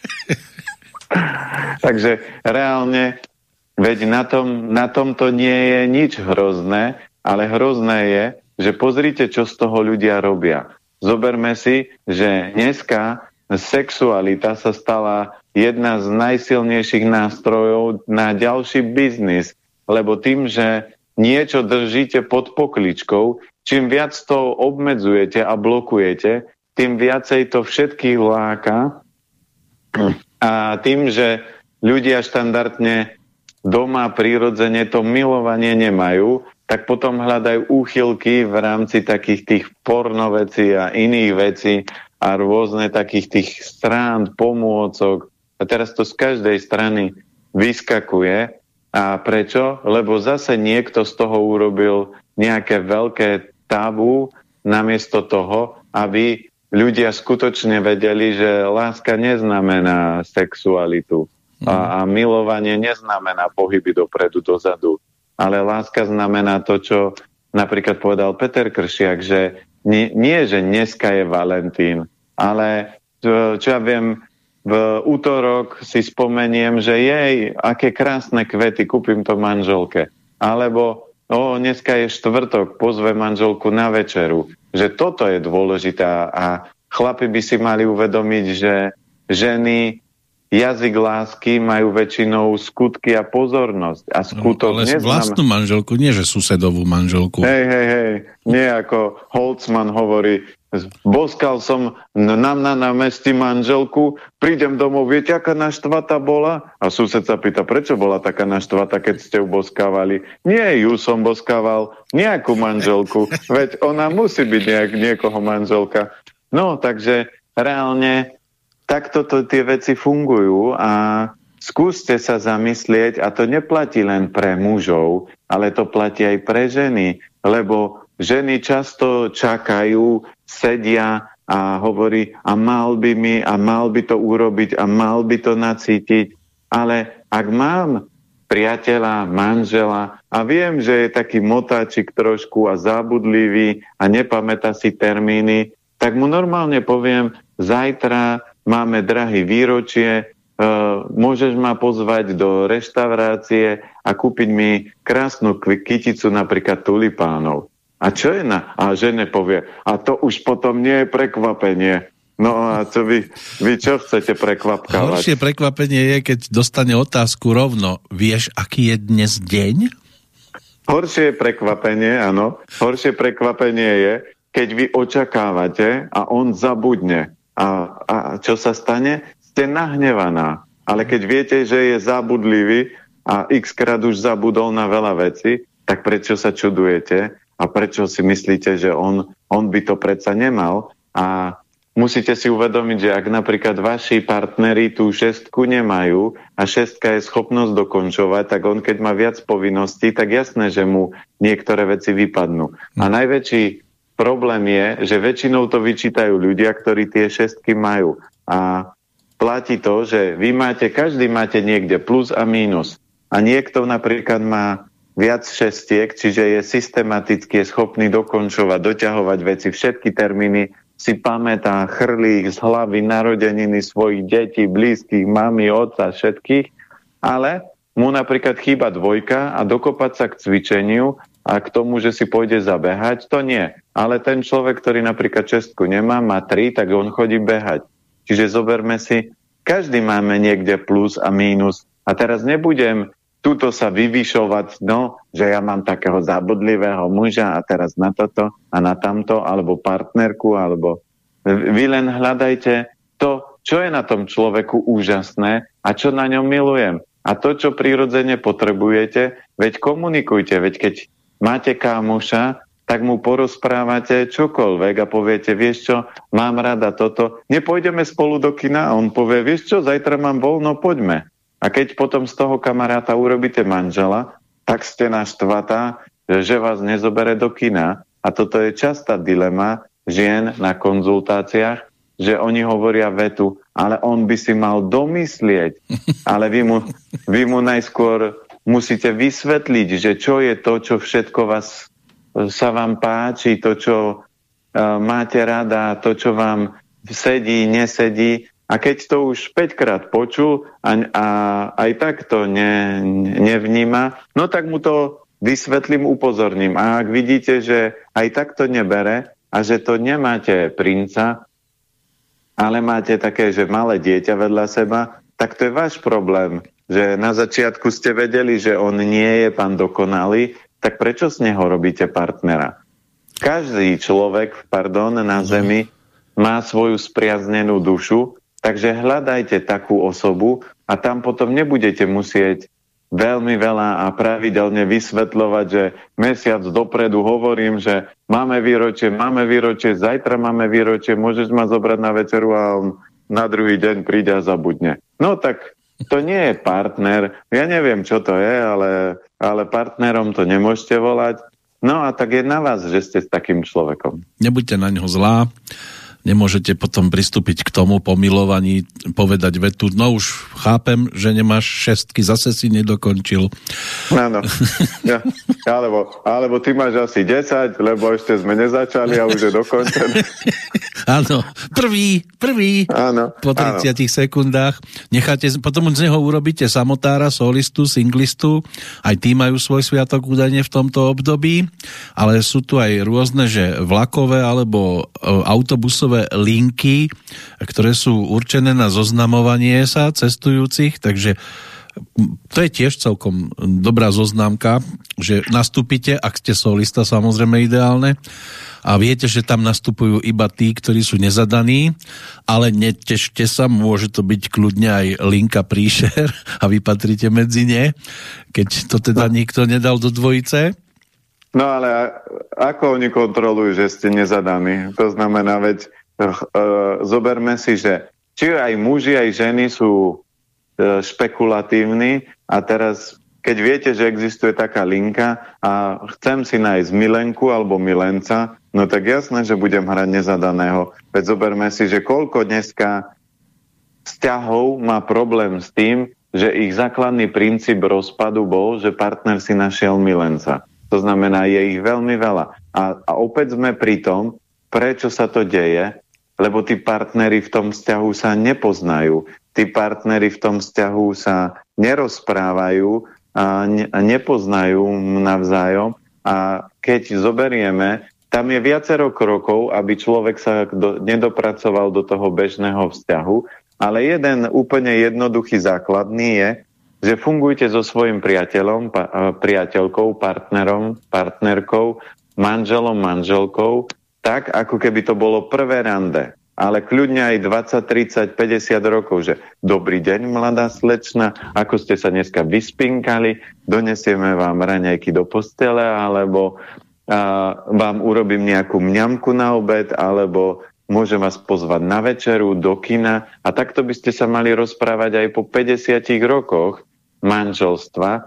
[SPEAKER 2] Takže reálne, veď na, tom, na tomto nie je nič hrozné, ale hrozné je, že pozrite, čo z toho ľudia robia. Zoberme si, že dneska sexualita sa stala jedna z najsilnejších nástrojov na ďalší biznis, lebo tým, že niečo držíte pod pokličkou, čím viac to obmedzujete a blokujete, tým viacej to všetkých láka a tým, že ľudia štandardne doma prirodzene to milovanie nemajú, tak potom hľadajú úchylky v rámci takých tých pornovecí a iných vecí a rôzne takých tých strán, pomôcok. A teraz to z každej strany vyskakuje. A prečo? Lebo zase niekto z toho urobil nejaké veľké tabu namiesto toho, aby ľudia skutočne vedeli, že láska neznamená sexualitu. A, a milovanie neznamená pohyby dopredu, dozadu. Ale láska znamená to, čo napríklad povedal Peter Kršiak, že nie, nie že dneska je Valentín, ale čo, čo ja viem, v útorok si spomeniem, že jej, aké krásne kvety, kúpim to manželke. Alebo o, dneska je štvrtok, pozve manželku na večeru. Že toto je dôležité a chlapi by si mali uvedomiť, že ženy jazyk lásky majú väčšinou skutky a pozornosť. A skutok
[SPEAKER 1] no, ale
[SPEAKER 2] neznamená... vlastnú
[SPEAKER 1] manželku, nie že susedovú manželku.
[SPEAKER 2] Hej, hej, hej. Nie ako Holtzman hovorí, boskal som na, na námestí manželku, prídem domov, viete, aká naštvatá bola? A sused sa pýta, prečo bola taká naštvatá, keď ste ju boskávali? Nie, ju som boskával, nejakú manželku, veď ona musí byť nejak, niekoho manželka. No, takže reálne takto to, tie veci fungujú a skúste sa zamyslieť, a to neplatí len pre mužov, ale to platí aj pre ženy, lebo ženy často čakajú, sedia a hovorí, a mal by mi, a mal by to urobiť, a mal by to nacítiť. Ale ak mám priateľa, manžela a viem, že je taký motáčik trošku a zábudlivý a nepamätá si termíny, tak mu normálne poviem, zajtra máme drahé výročie, Uh, môžeš ma pozvať do reštaurácie a kúpiť mi krásnu kyticu, napríklad tulipánov. A čo je na... A žene povie, a to už potom nie je prekvapenie. No a čo vy, vy čo chcete prekvapkávať?
[SPEAKER 1] Horšie prekvapenie je, keď dostane otázku rovno, vieš, aký je dnes deň?
[SPEAKER 2] Horšie prekvapenie, áno. Horšie prekvapenie je, keď vy očakávate a on zabudne. A, a čo sa stane? Ste nahnevaná, ale keď viete, že je zabudlivý a x krát už zabudol na veľa vecí, tak prečo sa čudujete a prečo si myslíte, že on, on by to predsa nemal? A musíte si uvedomiť, že ak napríklad vaši partneri tú šestku nemajú a šestka je schopnosť dokončovať, tak on keď má viac povinností, tak jasné, že mu niektoré veci vypadnú. A najväčší problém je, že väčšinou to vyčítajú ľudia, ktorí tie šestky majú. A platí to, že vy máte, každý máte niekde plus a mínus. A niekto napríklad má viac šestiek, čiže je systematicky je schopný dokončovať, doťahovať veci, všetky termíny si pamätá, chrlí z hlavy narodeniny svojich detí, blízkych, mami, otca, všetkých, ale mu napríklad chýba dvojka a dokopať sa k cvičeniu a k tomu, že si pôjde zabehať, to nie. Ale ten človek, ktorý napríklad šestku nemá, má tri, tak on chodí behať. Čiže zoberme si, každý máme niekde plus a mínus. A teraz nebudem tuto sa vyvyšovať, no, že ja mám takého zabudlivého muža a teraz na toto a na tamto, alebo partnerku, alebo vy len hľadajte to, čo je na tom človeku úžasné a čo na ňom milujem. A to, čo prirodzene potrebujete, veď komunikujte, veď keď máte kámoša, tak mu porozprávate čokoľvek a poviete, vieš čo, mám rada toto, nepôjdeme spolu do kina? A on povie, vieš čo, zajtra mám voľno, poďme. A keď potom z toho kamaráta urobíte manžela, tak ste naštvatá, že vás nezobere do kina. A toto je častá dilema žien na konzultáciách, že oni hovoria vetu, ale on by si mal domyslieť. Ale vy mu, vy mu najskôr musíte vysvetliť, že čo je to, čo všetko vás sa vám páči, to, čo uh, máte rada, to, čo vám sedí, nesedí. A keď to už päťkrát počul a, a aj tak to ne, nevníma, no tak mu to vysvetlím, upozorním. A ak vidíte, že aj tak to nebere a že to nemáte princa, ale máte také, že malé dieťa vedľa seba, tak to je váš problém. Že na začiatku ste vedeli, že on nie je pán dokonalý, tak prečo z neho robíte partnera? Každý človek, pardon, na zemi má svoju spriaznenú dušu, takže hľadajte takú osobu a tam potom nebudete musieť veľmi veľa a pravidelne vysvetľovať, že mesiac dopredu hovorím, že máme výročie, máme výročie, zajtra máme výročie, môžeš ma zobrať na večeru a on na druhý deň príde a zabudne. No tak to nie je partner, ja neviem, čo to je, ale, ale partnerom to nemôžete volať. No a tak je na vás, že ste s takým človekom.
[SPEAKER 1] Nebuďte na ňo zlá, nemôžete potom pristúpiť k tomu pomilovaní, povedať vetu, no už chápem, že nemáš šestky, zase si nedokončil.
[SPEAKER 2] Áno, ja, alebo, alebo ty máš asi desať, lebo ešte sme nezačali a už je dokončené.
[SPEAKER 1] Áno, prvý, prvý, áno, po tridsiatich áno. sekundách. Necháte, potom z neho urobíte samotára, solistu, singlistu, aj tí majú svoj sviatok údajne v tomto období, ale sú tu aj rôzne, že vlakové alebo autobusové linky, ktoré sú určené na zoznamovanie sa cestujúcich, takže To je tiež celkom dobrá zoznámka, že nastúpite, ak ste solista, samozrejme ideálne, a viete, že tam nastupujú iba tí, ktorí sú nezadaní, ale netešte sa, môže to byť kľudne aj Linka Príšer a vypatrite medzi ne, keď to teda no. nikto nedal do dvojice.
[SPEAKER 2] No ale ako oni kontrolujú, že ste nezadaní? To znamená, veď uh, zoberme si, že či aj muži, aj ženy sú uh, špekulatívni a teraz keď viete, že existuje taká linka a chcem si nájsť milenku alebo milenca, no tak jasné, že budem hrať nezadaného. Veď zoberme si, že koľko dneska vzťahov má problém s tým, že ich základný princíp rozpadu bol, že partner si našiel milenca. To znamená, je ich veľmi veľa. A, a opäť sme pri tom, prečo sa to deje, lebo tí partneri v tom vzťahu sa nepoznajú. Tí partneri v tom vzťahu sa nerozprávajú, a nepoznajú navzájom a keď zoberieme, tam je viacero krokov, aby človek sa do, nedopracoval do toho bežného vzťahu, ale jeden úplne jednoduchý základný je, že fungujte so svojím priateľom, pa, priateľkou, partnerom, partnerkou, manželom, manželkou, tak ako keby to bolo prvé rande. Ale kľudne aj dvadsať, tridsať, päťdesiat rokov, že dobrý deň, mladá slečna, ako ste sa dneska vyspinkali, donesieme vám raňajky do postele, alebo a, vám urobím nejakú mňamku na obed, alebo môžem vás pozvať na večeru, do kina. A takto by ste sa mali rozprávať aj po päťdesiatich rokoch manželstva.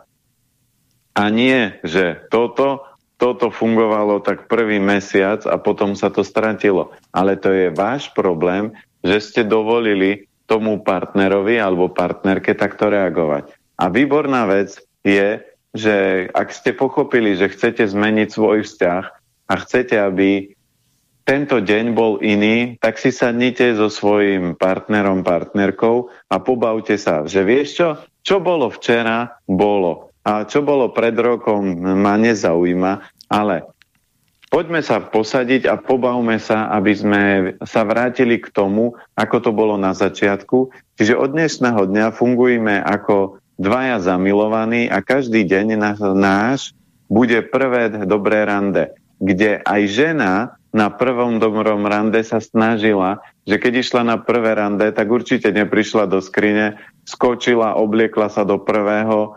[SPEAKER 2] A nie, že toto... Toto fungovalo tak prvý mesiac a potom sa to stratilo. Ale to je váš problém, že ste dovolili tomu partnerovi alebo partnerke takto reagovať. A výborná vec je, že ak ste pochopili, že chcete zmeniť svoj vzťah a chcete, aby tento deň bol iný, tak si sadnite so svojím partnerom, partnerkou a pobavte sa, že vieš čo? Čo bolo včera, bolo. A čo bolo pred rokom, ma nezaujíma, ale poďme sa posadiť a pobavme sa, aby sme sa vrátili k tomu, ako to bolo na začiatku. Čiže od dnešného dňa fungujme ako dvaja zamilovaní a každý deň náš bude prvé dobré rande, kde aj žena na prvom dobrom rande sa snažila, že keď išla na prvé rande, tak určite neprišla do skrine, skočila, obliekla sa do prvého,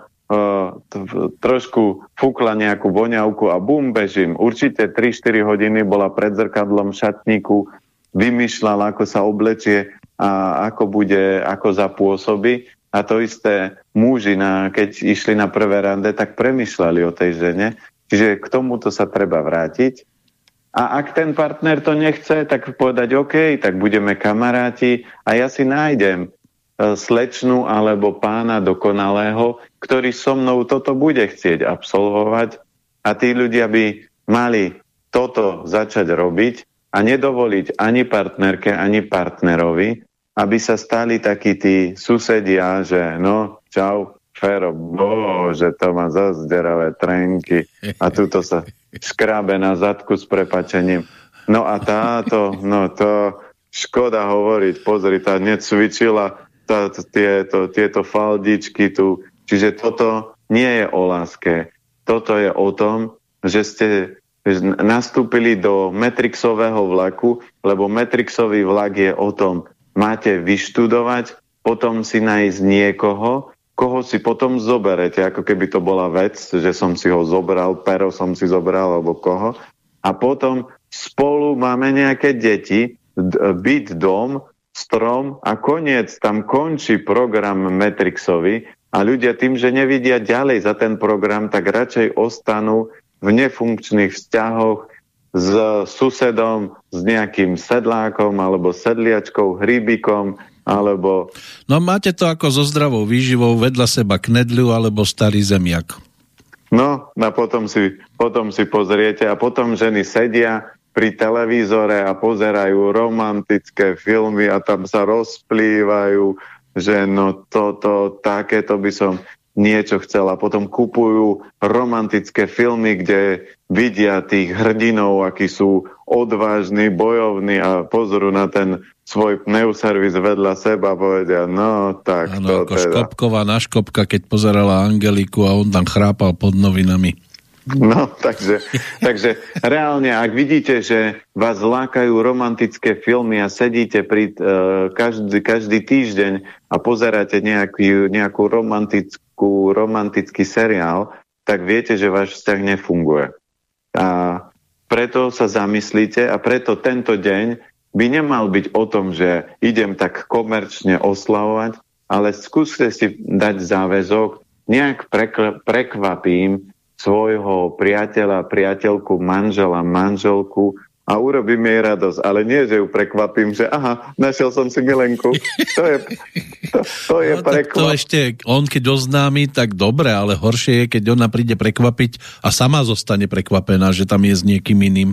[SPEAKER 2] trošku fúkla nejakú voňavku a bum, bežím. Určite tri štyri hodiny bola pred zrkadlom v šatníku, vymýšľala, ako sa oblečie a ako bude, ako zapôsobí. A to isté muži, na, keď išli na prvé rande, tak premýšľali o tej žene. Čiže k tomuto sa treba vrátiť. A ak ten partner to nechce, tak povedať OK, tak budeme kamaráti a ja si nájdem slečnu alebo pána dokonalého, ktorý so mnou toto bude chcieť absolvovať a tí ľudia by mali toto začať robiť a nedovoliť ani partnerke, ani partnerovi, aby sa stali takí tí susedia, že no, čau, Fero, bože, to má zase deravé trenky a tuto sa škrábe na zadku s prepačením. No a táto, no to škoda hovoriť, pozri, tá necvičila tá, tieto, tieto faldičky tu. Čiže toto nie je o láske. Toto je o tom, že ste nastúpili do Matrixového vlaku, lebo Matrixový vlak je o tom, máte vyštudovať, potom si nájsť niekoho, koho si potom zoberete, ako keby to bola vec, že som si ho zobral, pero som si zobral, alebo koho. A potom spolu máme nejaké deti, byt, dom, strom a koniec, tam končí program Matrixový a ľudia tým, že nevidia ďalej za ten program, tak radšej ostanú v nefunkčných vzťahoch s susedom, s nejakým sedlákom alebo sedliačkou, hríbikom, alebo...
[SPEAKER 1] No máte to ako so zdravou výživou, vedľa seba knedľu alebo starý zemiak.
[SPEAKER 2] No a potom si, potom si pozriete a potom ženy sedia pri televízore a pozerajú romantické filmy a tam sa rozplývajú, že no toto, takéto by som... niečo chcel a potom kupujú romantické filmy, kde vidia tých hrdinov, akí sú odvážni, bojovní a pozrú na ten svoj pneuservis vedľa seba a povedia, no tak
[SPEAKER 1] ano,
[SPEAKER 2] to
[SPEAKER 1] ako
[SPEAKER 2] teda.
[SPEAKER 1] Škopková na Škopka, keď pozerala Angeliku a on tam chrápal pod novinami.
[SPEAKER 2] No, takže, takže reálne, ak vidíte, že vás lákajú romantické filmy a sedíte pri, uh, každý, každý týždeň a pozeráte nejaký, nejakú romantickú, romantický seriál, tak viete, že váš vzťah nefunguje. A preto sa zamyslíte a preto tento deň by nemal byť o tom, že idem tak komerčne oslavovať, ale skúste si dať záväzok, nejak prekl- prekvapím svojho priateľa, priateľku, manžela, manželku a urobím jej radosť. Ale nie, že ju prekvapím, že aha, našiel som si milenku. To je, to, to je no, prekvap.
[SPEAKER 1] To ešte, on keď oznámi, tak dobre, ale horšie je, keď ona príde prekvapiť a sama zostane prekvapená, že tam je s niekým iným.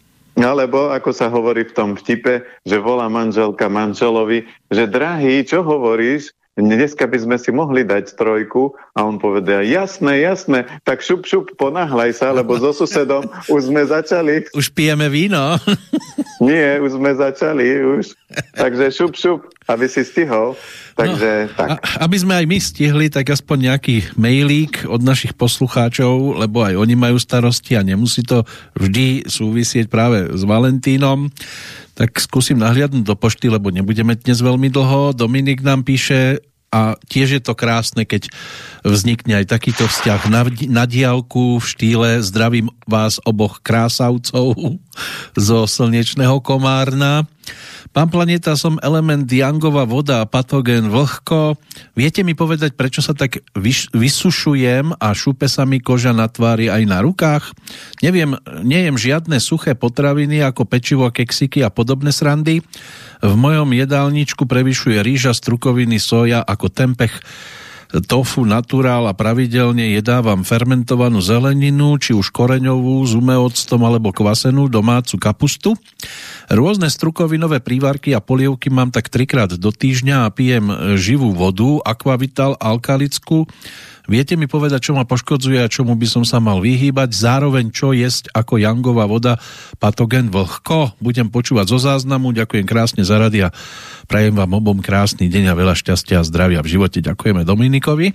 [SPEAKER 2] Alebo, ako sa hovorí v tom vtipe, že volá manželka manželovi, že drahý, čo hovoríš? Dneska by sme si mohli dať trojku a on povedal, jasné, jasné, tak šup, šup, ponáhľaj sa, lebo so susedom už sme začali.
[SPEAKER 1] Už pijeme víno.
[SPEAKER 2] Nie, už sme začali, už. Takže šup, šup, aby si stihol. Takže,
[SPEAKER 1] no,
[SPEAKER 2] tak.
[SPEAKER 1] A, aby sme aj my stihli, tak aspoň nejaký mailík od našich poslucháčov, lebo aj oni majú starosti a nemusí to vždy súvisieť práve s Valentínom. Tak skúsim nahliadnúť do pošty, lebo nebudeme dnes veľmi dlho. Dominik nám píše a tiež je to krásne, keď vznikne aj takýto vzťah na, na diaľku v štýle zdravím vás oboch krásavcov zo slnečného Komárna. Pán Planeta, som element Youngova voda a patogén vlhko. Viete mi povedať, prečo sa tak vyš- vysušujem a šupe sa mi koža na tvári aj na rukách? Neviem, nejem žiadne suché potraviny ako pečivo, keksiky a podobné srandy. V mojom jedálničku prevyšuje rýža, strukoviny, soja ako tempeh, tofu, naturál a pravidelne jedávam fermentovanú zeleninu, či už koreňovú, s umeoctom alebo kvasenú domácu kapustu. Rôzne strukovinové prívarky a polievky mám tak trikrát do týždňa a pijem živú vodu, akvavital, alkalickú. Viete mi povedať, čo ma poškodzuje a čomu by som sa mal vyhýbať? Zároveň, čo jesť ako Youngová voda, patogén vlhko? Budem počúvať zo záznamu. Ďakujem krásne za rady a prajem vám obom krásny deň a veľa šťastia a zdravia v živote. Ďakujeme Dominikovi.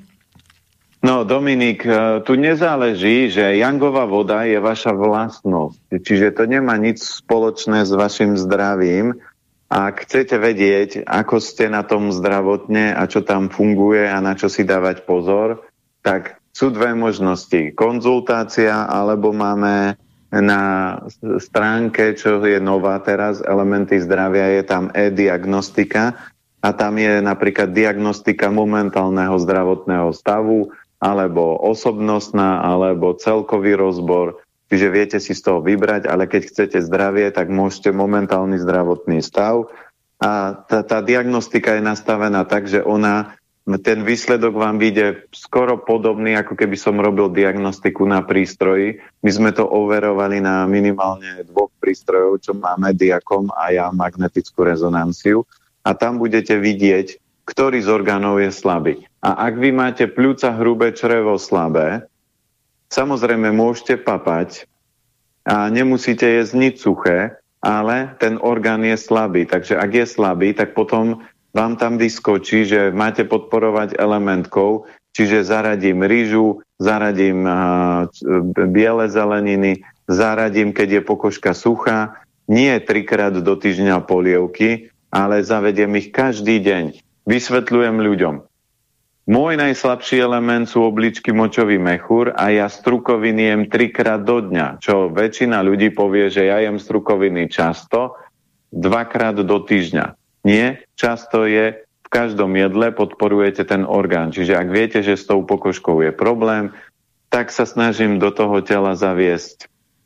[SPEAKER 2] No, Dominik, tu nezáleží, že Youngová voda je vaša vlastnosť. Čiže to nemá nič spoločné s vašim zdravím. Ak chcete vedieť, ako ste na tom zdravotne a čo tam funguje a na čo si dávať pozor, tak sú dve možnosti. Konzultácia, alebo máme na stránke, čo je nová teraz, Elementy zdravia, je tam e-diagnostika a tam je napríklad diagnostika momentálneho zdravotného stavu, alebo osobnostná, alebo celkový rozbor. Čiže viete si z toho vybrať, ale keď chcete zdravie, tak môžete momentálny zdravotný stav. A tá, tá diagnostika je nastavená tak, že ona ten výsledok vám vyjde skoro podobný, ako keby som robil diagnostiku na prístroji. My sme to overovali na minimálne dvoch prístrojov, čo má Mediacom a ja magnetickú rezonanciu. A tam budete vidieť, ktorý z orgánov je slabý. A ak vy máte pľúca, hrubé črevo slabé, samozrejme môžete papať a nemusíte jesť nič suché, ale ten orgán je slabý. Takže ak je slabý, tak potom vám tam vyskočí, že máte podporovať elementkou, čiže zaradím rýžu, zaradím uh, biele zeleniny, zaradím, keď je pokožka suchá, nie trikrát do týždňa polievky, ale zavediem ich každý deň. Vysvetľujem ľuďom. Môj najslabší element sú obličky, močový mechúr a ja strukoviny jem trikrát do dňa, čo väčšina ľudí povie, že ja jem strukoviny často, dvakrát do týždňa. Nie, často je v každom jedle, podporujete ten orgán. Čiže ak viete, že s tou pokožkou je problém, tak sa snažím do toho tela zaviesť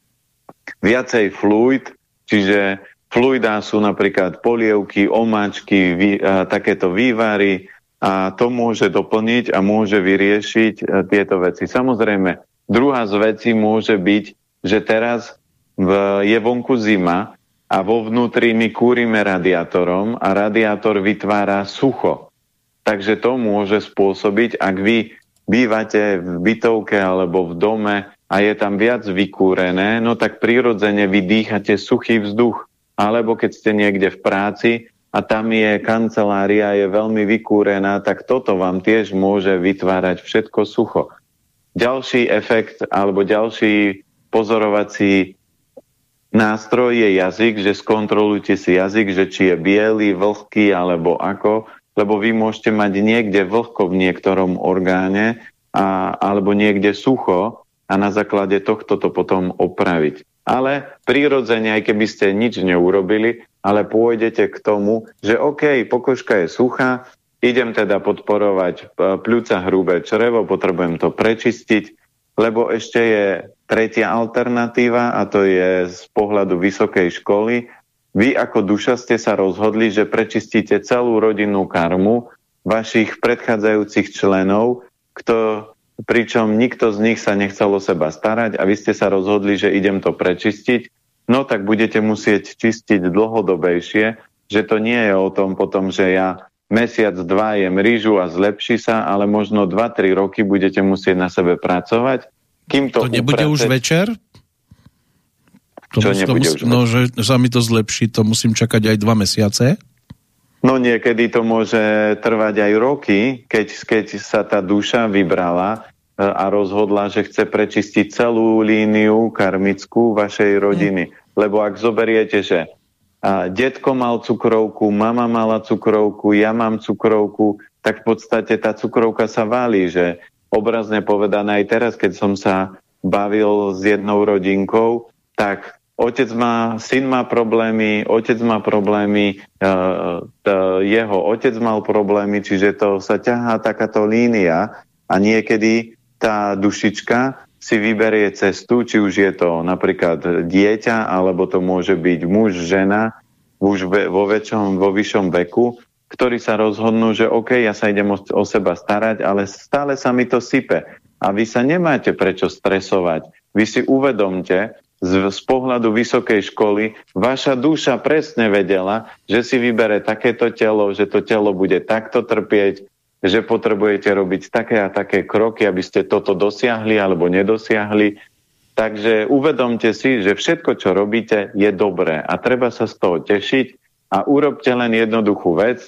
[SPEAKER 2] viacej fluid, čiže fluidá sú napríklad polievky, omáčky, vý, a, takéto vývary a to môže doplniť a môže vyriešiť a, tieto veci. Samozrejme, druhá z vecí môže byť, že teraz v, je vonku zima, a vo vnútri my kúrime radiátorom a radiátor vytvára sucho. Takže to môže spôsobiť, ak vy bývate v bytovke alebo v dome a je tam viac vykúrené, no tak prirodzene vy dýchate suchý vzduch. Alebo keď ste niekde v práci a tam je kancelária, je veľmi vykúrená, tak toto vám tiež môže vytvárať všetko sucho. Ďalší efekt alebo ďalší pozorovací nástroj je jazyk, že skontrolujte si jazyk, že či je biely, vlhký alebo ako, lebo vy môžete mať niekde vlhko v niektorom orgáne a, alebo niekde sucho a na základe tohto to potom opraviť. Ale prirodzene, aj keby ste nič neurobili, ale pôjdete k tomu, že OK, pokožka je suchá, idem teda podporovať pľúca, hrubé črevo, potrebujem to prečistiť, lebo ešte je tretia alternatíva a to je z pohľadu vysokej školy. Vy ako duša ste sa rozhodli, že prečistíte celú rodinnú karmu vašich predchádzajúcich členov, kto... pričom nikto z nich sa nechcel o seba starať a vy ste sa rozhodli, že idem to prečistiť, no tak budete musieť čistiť dlhodobejšie, že to nie je o tom potom, že ja mesiac, dva jem rýžu a zlepší sa, ale možno dva tri roky budete musieť na sebe pracovať. Kým to,
[SPEAKER 1] to nebude uprate... už večer? To
[SPEAKER 2] Čo
[SPEAKER 1] mus,
[SPEAKER 2] nebude
[SPEAKER 1] mus,
[SPEAKER 2] už
[SPEAKER 1] no,
[SPEAKER 2] večer?
[SPEAKER 1] že sa mi to zlepší, to musím čakať aj dva mesiace?
[SPEAKER 2] No niekedy to môže trvať aj roky, keď, keď sa tá duša vybrala a rozhodla, že chce prečistiť celú líniu karmickú vašej rodiny. Mm. Lebo ak zoberiete, že a detko mal cukrovku, mama mala cukrovku, ja mám cukrovku, tak v podstate tá cukrovka sa valí, že obrazne povedané aj teraz, keď som sa bavil s jednou rodinkou, tak otec má, syn má problémy, otec má problémy, uh, uh, jeho otec mal problémy, čiže to sa ťahá takáto línia a niekedy tá dušička si vyberie cestu, či už je to napríklad dieťa, alebo to môže byť muž, žena, už vo väčšom, vo vyššom veku, ktorí sa rozhodnú, že OK, ja sa idem o, o seba starať, ale stále sa mi to sype. A vy sa nemáte prečo stresovať. Vy si uvedomte, Z, z pohľadu vysokej školy, vaša duša presne vedela, že si vybere takéto telo, že to telo bude takto trpieť, že potrebujete robiť také a také kroky, aby ste toto dosiahli alebo nedosiahli. Takže uvedomte si, že všetko, čo robíte, je dobré a treba sa z toho tešiť a urobte len jednoduchú vec.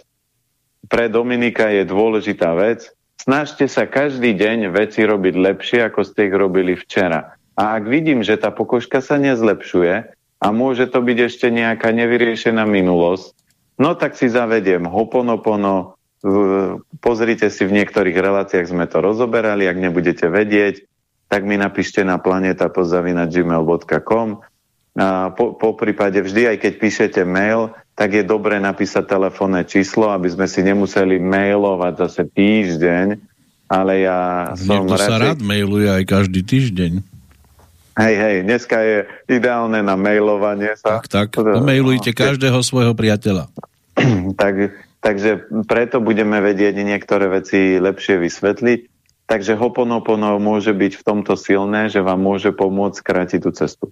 [SPEAKER 2] Pre Dominika je dôležitá vec. Snažte sa každý deň veci robiť lepšie, ako ste ich robili včera. A ak vidím, že tá pokožka sa nezlepšuje a môže to byť ešte nejaká nevyriešená minulosť, no tak si zavediem Ho'oponopono, pozrite si, v niektorých reláciách sme to rozoberali, ak nebudete vedieť, tak mi napíšte na planeta zavináč gmail bodka com. A po, po prípade vždy, aj keď píšete mail, tak je dobre napísať telefónne číslo, aby sme si nemuseli mailovať zase týždeň, ale ja som...
[SPEAKER 1] Niekto sa rád mailuje aj každý týždeň.
[SPEAKER 2] Hej, hej, dneska je ideálne na mailovanie sa.
[SPEAKER 1] Tak, tak, mailujte každého svojho priateľa.
[SPEAKER 2] tak, takže preto budeme vedieť niektoré veci lepšie vysvetliť. Takže Ho'oponopono môže byť v tomto silné, že vám môže pomôcť skrátiť tú cestu.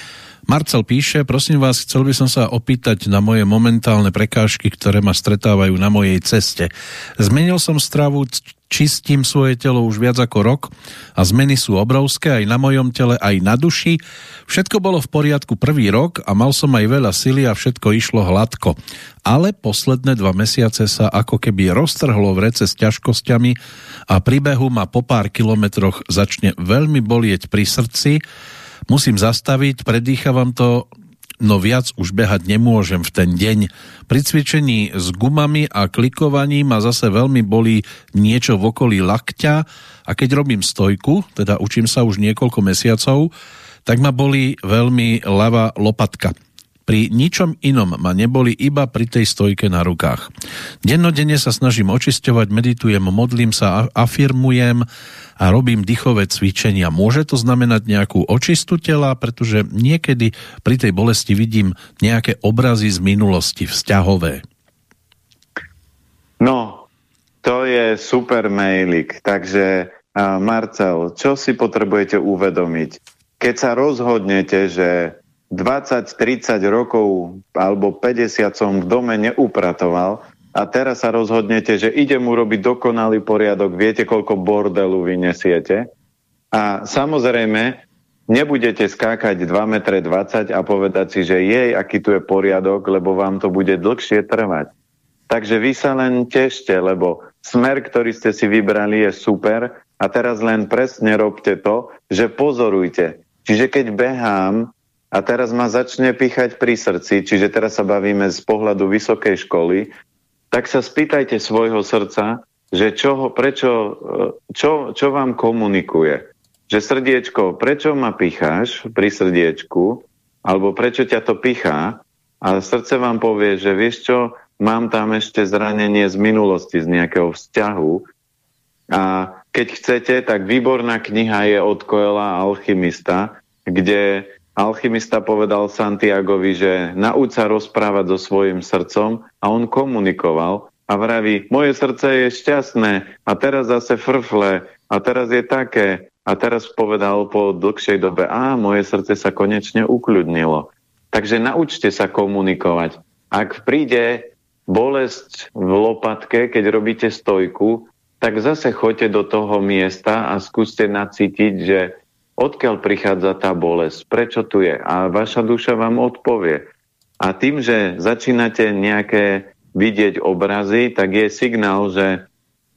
[SPEAKER 1] Marcel píše, prosím vás, chcel by som sa opýtať na moje momentálne prekážky, ktoré ma stretávajú na mojej ceste. Zmenil som stravu, čistím svoje telo už viac ako rok a zmeny sú obrovské aj na mojom tele, aj na duši. Všetko bolo v poriadku prvý rok a mal som aj veľa sily a všetko išlo hladko. Ale posledné dva mesiace sa ako keby roztrhlo v rece s ťažkosťami a pri behu ma po pár kilometroch začne veľmi bolieť pri srdci. Musím zastaviť, predýchavam to, no viac už behať nemôžem v ten deň. Pri cvičení s gumami a klikovaní ma zase veľmi bolí niečo v okolí lakťa a keď robím stojku, teda učím sa už niekoľko mesiacov, tak ma bolí veľmi ľavá lopatka. Pri ničom inom ma neboli, iba pri tej stojke na rukách. Dennodenne sa snažím očisťovať, meditujem, modlím sa, afirmujem a robím dýchové cvičenia. Môže to znamenať nejakú očistu tela, pretože niekedy pri tej bolesti vidím nejaké obrazy z minulosti, vzťahové. No, to je super mailik. Takže, uh, Marcel, čo si potrebujete uvedomiť? Keď sa rozhodnete, že dvadsať tridsať rokov alebo päťdesiat som v dome neupratoval,
[SPEAKER 2] a teraz sa rozhodnete, že idem urobiť dokonalý poriadok, viete, koľko bordelu vy nesiete. A samozrejme, nebudete skákať dva metre dvadsať a povedať si, že jej, aký tu je poriadok, lebo vám to bude dlhšie trvať. Takže vy sa len tešte, lebo smer, ktorý ste si vybrali, je super a teraz len presne robte to, že pozorujte. Čiže keď behám a teraz ma začne píchať pri srdci, čiže teraz sa bavíme z pohľadu vysokej školy, tak sa spýtajte svojho srdca, že čo, prečo, čo, čo vám komunikuje. Že srdiečko, prečo ma picháš pri srdiečku, alebo prečo ťa to pichá, a srdce vám povie, že vieš čo, mám tam ešte zranenie z minulosti, z nejakého vzťahu. A keď chcete, tak výborná kniha je od Coela Alchymista, kde alchymista povedal Santiagovi, že nauč sa rozprávať so svojím srdcom, a on komunikoval a vraví, moje srdce je šťastné a teraz zase frfle a teraz je také. A teraz povedal po dlhšej dobe, a moje srdce sa konečne ukľudnilo. Takže naučte sa komunikovať. Ak príde bolesť v lopatke, keď robíte stojku, tak zase choďte do toho miesta a skúste nacítiť, že odkiaľ prichádza tá bolesť, prečo tu je. A vaša duša vám odpovie. A tým, že začínate nejaké vidieť obrazy, tak je signál, že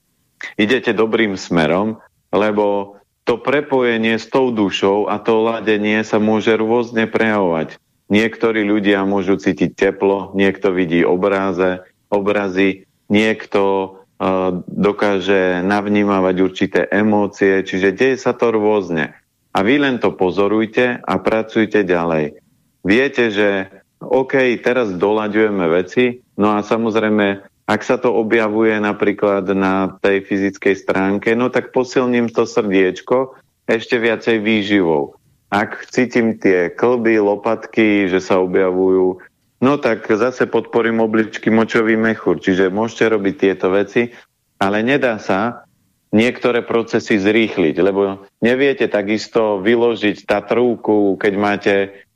[SPEAKER 2] idete dobrým smerom, lebo to prepojenie s tou dušou a to ladenie sa môže rôzne prejavovať. Niektorí ľudia môžu cítiť teplo, niekto vidí obráze, obrazy, niekto uh, dokáže navnímavať určité emócie, čiže deje sa to rôzne. A vy len to pozorujte a pracujte ďalej. Viete, že OK, teraz doľaďujeme veci, no a samozrejme, ak sa to objavuje napríklad na tej fyzickej stránke, no tak posilním to srdiečko ešte viacej výživou. Ak cítim tie klby, lopatky, že sa objavujú, no tak zase podporím obličky, močový mechúr. Čiže môžete robiť tieto veci, ale nedá sa niektoré procesy zrýchliť, lebo neviete takisto vyložiť Tatrovku, keď máte,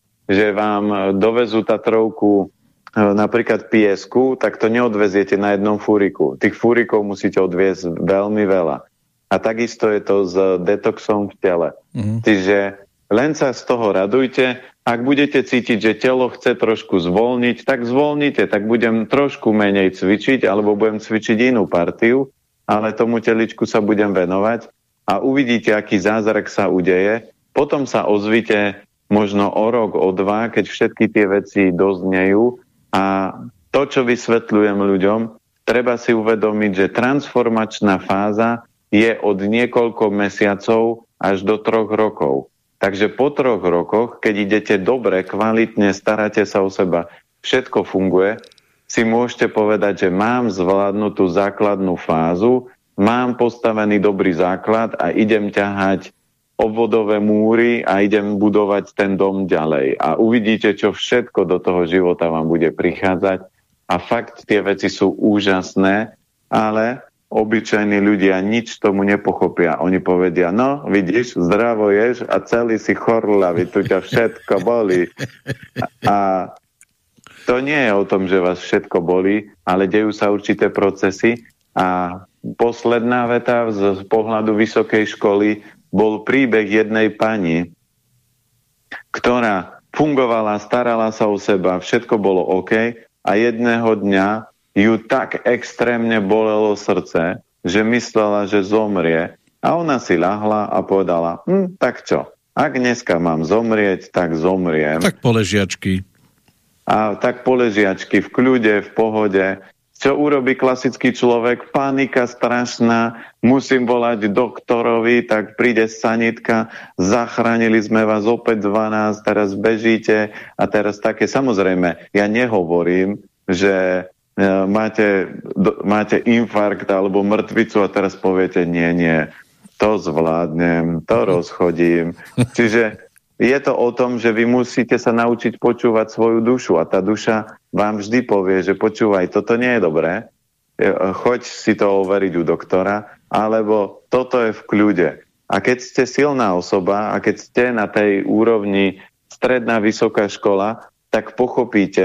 [SPEAKER 2] že vám dovezú Tatrovku napríklad piesku, tak to neodveziete na jednom fúriku. Tých fúrikov musíte odviezť veľmi veľa. A takisto je to s detoxom v tele. Mm-hmm. Čiže len sa z toho radujte. Ak budete cítiť, že telo chce trošku zvolniť, tak zvolnite, tak budem trošku menej cvičiť, alebo budem cvičiť inú partiu, ale tomu teličku sa budem venovať a uvidíte, aký zázrak sa udeje. Potom sa ozvite možno o rok, o dva, keď všetky tie veci doznejú. A to, čo vysvetľujem ľuďom, treba si uvedomiť, že transformačná fáza je od niekoľko mesiacov až do troch rokov. Takže po troch rokoch, keď idete dobre, kvalitne, staráte sa o seba, všetko funguje, si môžete povedať, že mám zvládnutú základnú fázu, mám postavený dobrý základ a idem ťahať obvodové múry a idem budovať ten dom ďalej. A uvidíte, čo všetko do toho života vám bude prichádzať. A fakt, tie veci sú úžasné, ale obyčajní ľudia nič tomu nepochopia. Oni povedia, no, vidíš, zdravo ješ a celý si chorlavý, tu ťa všetko bolí. A to nie je o tom, že vás všetko bolí, ale dejú sa určité procesy. A posledná veta z pohľadu vysokej školy bol príbeh jednej pani, ktorá fungovala, starala sa o seba, všetko bolo OK a jedného dňa ju tak extrémne bolelo srdce, že myslela, že zomrie. A ona si ľahla a povedala, hm, tak čo, ak dneska mám zomrieť, tak zomriem.
[SPEAKER 1] Tak poležiačky.
[SPEAKER 2] A tak poležiačky, v kľude, v pohode. Čo urobí klasický človek? Panika strašná, musím volať doktorovi, tak príde sanitka, zachránili sme vás opäť dvanásť, teraz bežíte a teraz také. Samozrejme, ja nehovorím, že e, máte, do, máte infarkt alebo mŕtvicu a teraz poviete, nie, nie, to zvládnem, to rozchodím. Čiže je to o tom, že vy musíte sa naučiť počúvať svoju dušu a tá duša vám vždy povie, že počúvaj, toto nie je dobré, choď si to overiť u doktora, alebo toto je v kľude. A keď ste silná osoba a keď ste na tej úrovni stredná vysoká škola, tak pochopíte,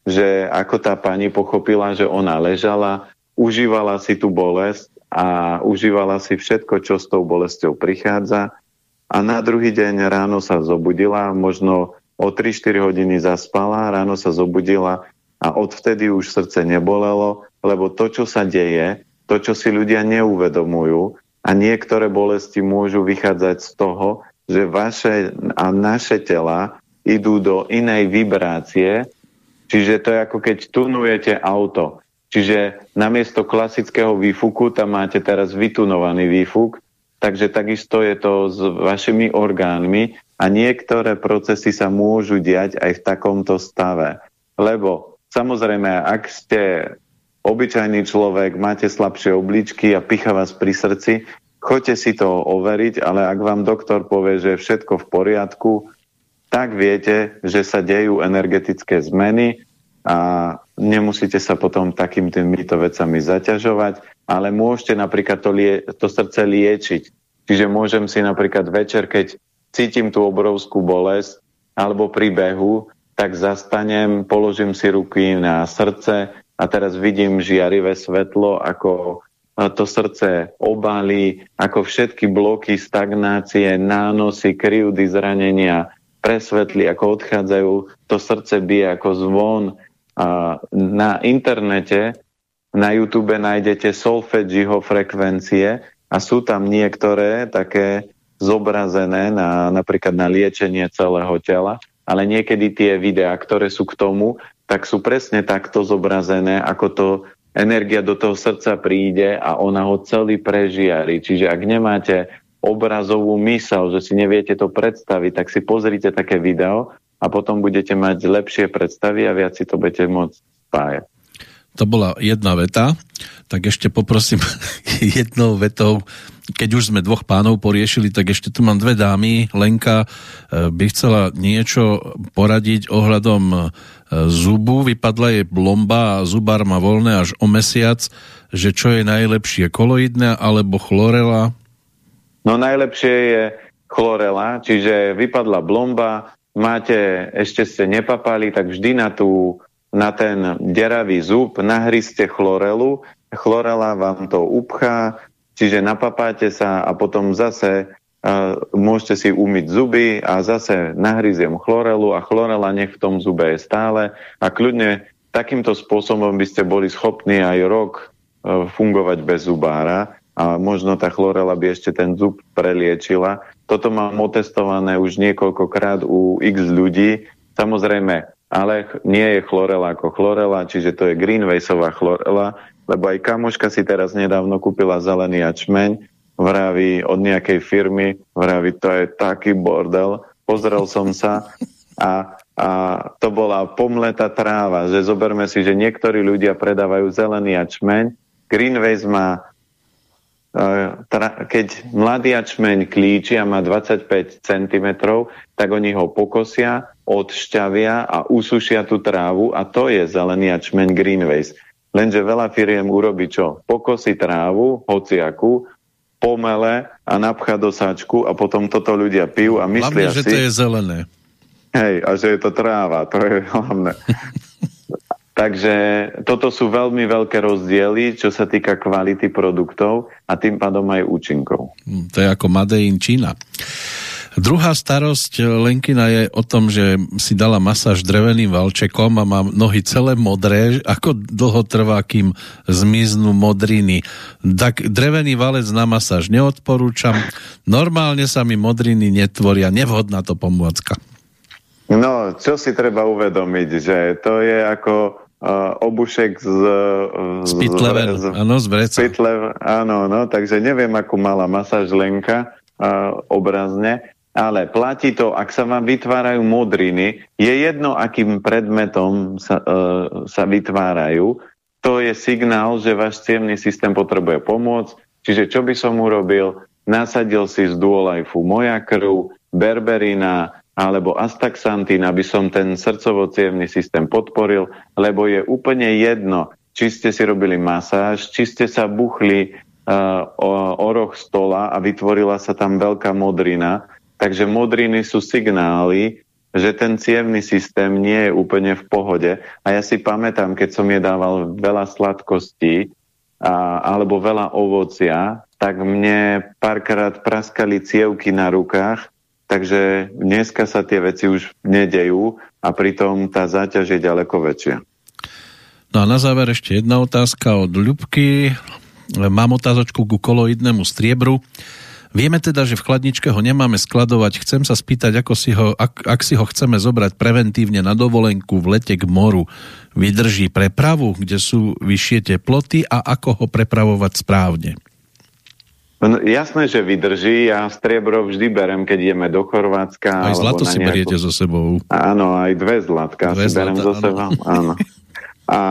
[SPEAKER 2] že ako tá pani pochopila, že ona ležala, užívala si tú bolesť a užívala si všetko, čo s tou bolesťou prichádza. A na druhý deň ráno sa zobudila, možno o tri štyri hodiny zaspala, ráno sa zobudila a odvtedy už srdce nebolelo, lebo to, čo sa deje, to, čo si ľudia neuvedomujú a niektoré bolesti môžu vychádzať z toho, že vaše a naše tela idú do inej vibrácie, čiže to je ako keď tunujete auto. Čiže namiesto klasického výfuku tam máte teraz vytunovaný výfuk, takže takisto je to s vašimi orgánmi a niektoré procesy sa môžu diať aj v takomto stave. Lebo samozrejme, ak ste obyčajný človek, máte slabšie obličky a picha vás pri srdci, choďte si to overiť, ale ak vám doktor povie, že je všetko v poriadku, tak viete, že sa dejú energetické zmeny a nemusíte sa potom takým týmito vecami zaťažovať, ale môžete napríklad to, lie- to srdce liečiť. Čiže môžem si napríklad večer, keď cítim tú obrovskú bolesť alebo pri behu, tak zastanem, položím si ruky na srdce a teraz vidím žiarivé svetlo, ako to srdce obalí, ako všetky bloky stagnácie, nánosy, kryjúdy, zranenia presvetli, ako odchádzajú, to srdce bije ako zvon. A na internete, na YouTube nájdete solfeggio frekvencie a sú tam niektoré také zobrazené na, napríklad na liečenie celého tela, ale niekedy tie videá, ktoré sú k tomu, tak sú presne takto zobrazené, ako to energia do toho srdca príde a ona ho celý prežiari. Čiže ak nemáte obrazovú myseľ, že si neviete to predstaviť, tak si pozrite také video a potom budete mať lepšie predstavy a viac si to budete môcť spájať.
[SPEAKER 1] To bola jedna veta, tak ešte poprosím jednou vetou, keď už sme dvoch pánov poriešili, tak ešte tu mám dve dámy. Lenka by chcela niečo poradiť ohľadom zubu, vypadla jej plomba a zubár má voľné až o mesiac, že čo je najlepšie, koloidné alebo chlorela?
[SPEAKER 2] No najlepšie je chlorela, čiže vypadla blomba, máte, ešte ste nepapali, tak vždy na, tú, na ten deravý zub nahryzte chlorelu, chlorela vám to upchá, čiže napapáte sa a potom zase uh, môžete si umyť zuby a zase nahryziem chlorelu a chlorela nech v tom zube je stále a kľudne takýmto spôsobom by ste boli schopní aj rok uh, fungovať bez zubára a možno tá chlorela by ešte ten zub preliečila. Toto mám otestované už niekoľkokrát u x ľudí. Samozrejme, ale nie je chlorela ako chlorela, čiže to je Greenwaysová chlorela, lebo aj kamoška si teraz nedávno kúpila zelený jačmeň, vraví od nejakej firmy, vraví, to je taký bordel. Pozrel som sa a, a to bola pomletá tráva, že zoberme si, že niektorí ľudia predávajú zelený jačmeň, Greenways má keď mladý jačmeň klíči a má dvadsaťpäť centimetrov, tak oni ho pokosia, odšťavia a usušia tú trávu a to je zelený jačmeň Greenways. Lenže veľa firiem urobí čo? Pokosí trávu, hociakú, pomele a napchá do sáčku a potom toto ľudia pijú a myslia
[SPEAKER 1] hlavne, si... že to je zelené.
[SPEAKER 2] Hej, a že je to tráva, to je hlavné. Takže toto sú veľmi veľké rozdiely, čo sa týka kvality produktov a tým pádom aj účinkov.
[SPEAKER 1] To je ako Made in Čína. Druhá starosť Lenkina je o tom, že si dala masáž dreveným valčekom a má nohy celé modré. Ako dlho trvá, kým zmiznú modriny? Tak drevený valec na masáž neodporúčam. Normálne sa mi modriny netvoria. Nevhodná to pomôcka.
[SPEAKER 2] No, čo si treba uvedomiť, že to je ako Uh, obušek z...
[SPEAKER 1] Z pitleven, áno, z vreca.
[SPEAKER 2] Pitlev, áno, no, takže neviem, akú mala masáž Lenka uh, obrazne, ale platí to, ak sa vám vytvárajú modriny, je jedno, akým predmetom sa, uh, sa vytvárajú, to je signál, že váš cievny systém potrebuje pomôcť, čiže čo by som urobil? Nasadil si z Duolifeu Moja krv, berberina, alebo astaxantín, aby som ten srdcovo-cievny systém podporil, lebo je úplne jedno, či ste si robili masáž, či ste sa buchli uh, o, o roh stola a vytvorila sa tam veľká modrina. Takže modriny sú signály, že ten cievny systém nie je úplne v pohode. A ja si pamätám, keď som jej dával veľa sladkostí a, alebo veľa ovocia, tak mne párkrát praskali cievky na rukách, takže dneska sa tie veci už nedejú a pritom tá záťaž je ďaleko väčšia.
[SPEAKER 1] No a na záver ešte jedna otázka od Ľubky. Mám otázočku ku koloidnému striebru. Vieme teda, že v chladničke ho nemáme skladovať. Chcem sa spýtať, ako si ho, ak, ak si ho chceme zobrať preventívne na dovolenku v lete k moru. Vydrží prepravu, kde sú vyššie teploty a ako ho prepravovať správne?
[SPEAKER 2] No, jasné, že vydrží. Ja striebro vždy berem, keď ideme do Chorvátska.
[SPEAKER 1] Aj zlato si nejakú... beriete so sebou.
[SPEAKER 2] Áno, aj dve zlatka dve si zlata, berem so sebou. Áno. A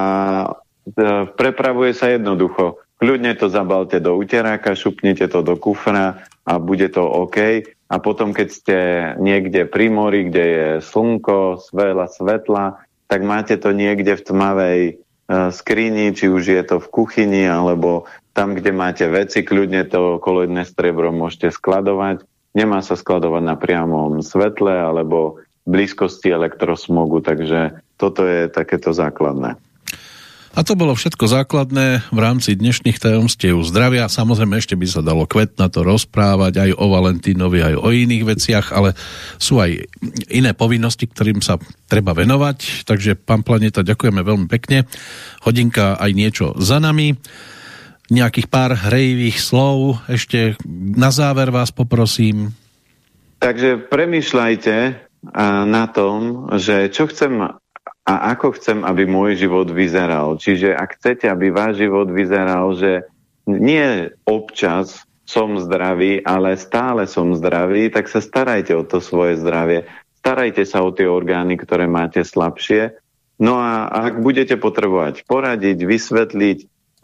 [SPEAKER 2] prepravuje sa jednoducho. Kľudne to zabalte do uteráka, šupnite to do kufra a bude to OK. A potom, keď ste niekde pri mori, kde je slnko, veľa svetla, tak máte to niekde v tmavej uh, skrini, či už je to v kuchyni, alebo tam, kde máte veci, kľudne to koloidné striebro môžete skladovať. Nemá sa skladovať na priamom svetle alebo blízkosti elektrosmogu, takže toto je takéto základné.
[SPEAKER 1] A to bolo všetko základné v rámci dnešných tajomstiev zdravia. Samozrejme, ešte by sa dalo kvet na to rozprávať aj o Valentínovi, aj o iných veciach, ale sú aj iné povinnosti, ktorým sa treba venovať. Takže, pán Planeta, ďakujeme veľmi pekne. Hodinka aj niečo za nami. Nejakých pár hrejivých slov. Ešte na záver vás poprosím. Takže premýšľajte na tom, že čo chcem a ako chcem, aby môj život vyzeral. Čiže ak chcete, aby váš život vyzeral, že nie občas som zdravý, ale stále som zdravý, tak sa starajte o to svoje zdravie. Starajte sa o tie orgány, ktoré máte slabšie. No a ak budete potrebovať poradiť, vysvetliť,